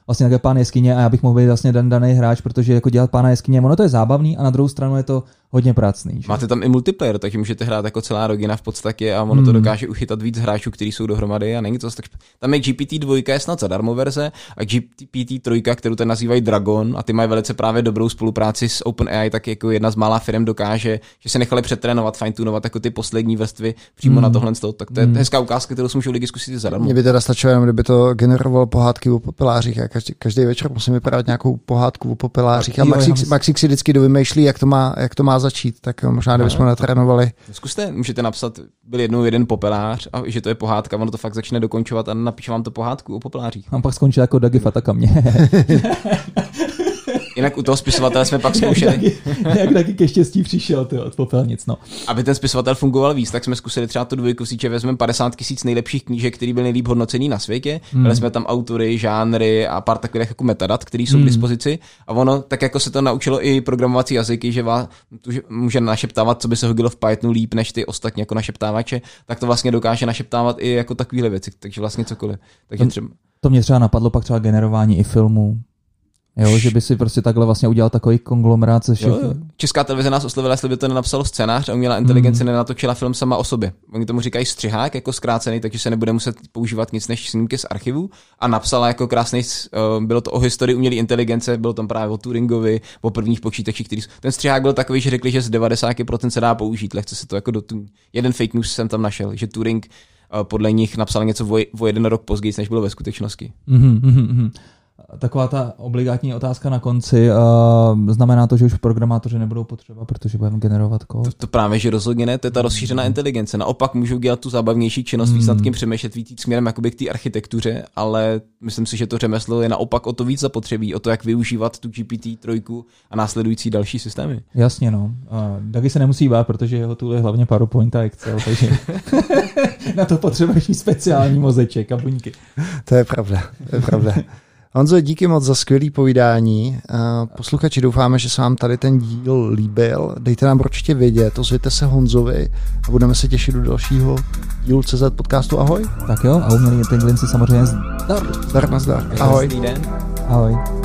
vlastně také Pán jeskyně a já bych mohl být vlastně dan, daný hráč, protože jako dělat Pána jeskyně, ono to je zábavný a na druhou stranu je to hodně pracný. Že? Máte tam i multiplayer, takže můžete hrát jako celá rodina v podstatě a ono hmm. to dokáže uchytat víc hráčů, kteří jsou dohromady a není to tak. Tam je G P T dva je snad zadarmo verze a G P T tři, kterou ten nazývají Dragon a ty mají velice právě dobrou spolupráci s OpenAI, tak jako jedna z mála firm dokáže, že se nechali přetrénovat, fine-tunovat jako ty poslední vrstvy přímo hmm. na tohle, tak to je hmm. hezká ukázka, kterou si můžou lidi zkusit zadarmo. Mě by teda stačilo jenom, kdyby to generovalo pohádky o popelářích a každý, každý večer musím vypadat nějakou pohádku o popelářích a Maxík, Maxík si vždycky dovymýšlí, jak to má, jak to má začít, tak možná kdybychom natrénovali. Zkuste, můžete napsat, byl jednou jeden popelář a že to je pohádka, ono to fakt začne dokončovat a napíše vám to pohádku o popelářích. A pak skončil jako Dagi Fatakamě. Jinak u toho spisovatele jsme pak zkoušeli. Jak taky ke štěstí přišel ty od popelnic, no. Aby ten spisovatel fungoval víc, tak jsme zkusili třeba tu dvojku si, že vezmeme padesát tisíc nejlepších knížek, který byly nejlíp hodnocený na světě. Hmm. Byli jsme tam autory, žánry a pár takových jako metadat, které jsou hmm. k dispozici. A ono tak jako se to naučilo i programovací jazyky, že vás může našeptávat, co by se hodilo v Pythonu líp než ty ostatní jako našeptávače, tak to vlastně dokáže našeptávat i jako takovéhle věci, takže vlastně cokoliv. Takže to, třeba... to mě třeba napadlo pak třeba generování i filmů. Jo, že by si prostě takhle vlastně udělal takový konglomerát ze všech. Česká televize nás oslovila, jestli by to nenapsalo scénář a umělá inteligence mm. nenatočila film sama o sobě. Oni tomu říkají střihák, jako zkrácený, takže se nebude muset používat nic než snímky z archivu a napsala jako krásný, uh, bylo to o historii umělé inteligence, bylo tam právě o Turingovi, o prvních počítačích, který ten střihák byl takový, že řekli, že z devadesát procent se dá použít, lehce se to jako do tu... jeden fake news jsem tam našel, že Turing uh, podle nich napsal něco o, o jeden rok později, než bylo ve skutečnosti. Mm, mm, mm. Taková ta obligátní otázka na konci. Uh, znamená to, že už programátoři nebudou potřeba, protože budeme generovat kód? To, to právě, že rozhodně ne, to je ta rozšířená inteligence. Naopak můžou dělat tu zábavnější činnost, víc nad tím přemýšlet víc směrem jakoby k té architektuře, ale myslím si, že to řemeslo je naopak o to víc zapotřebí, o to, jak využívat tu G P T tři a následující další systémy. Jasně, no. Uh, Dagi se nemusí bát, protože jeho tool je hlavně PowerPoint a Excel, takže na to potřebuješ speciální mozeček a buňky. To je pravda, to je pravda. Honzo, díky moc za skvělé povídání. Posluchači, doufáme, že se vám tady ten díl líbil. Dejte nám určitě vědět, ozvěte se Honzovi a budeme se těšit do dalšího dílu C Z podcastu. Ahoj. Tak jo, a umělý inteligenci samozřejmě zdar. Zdar na zdar. Ahoj. Den. Ahoj.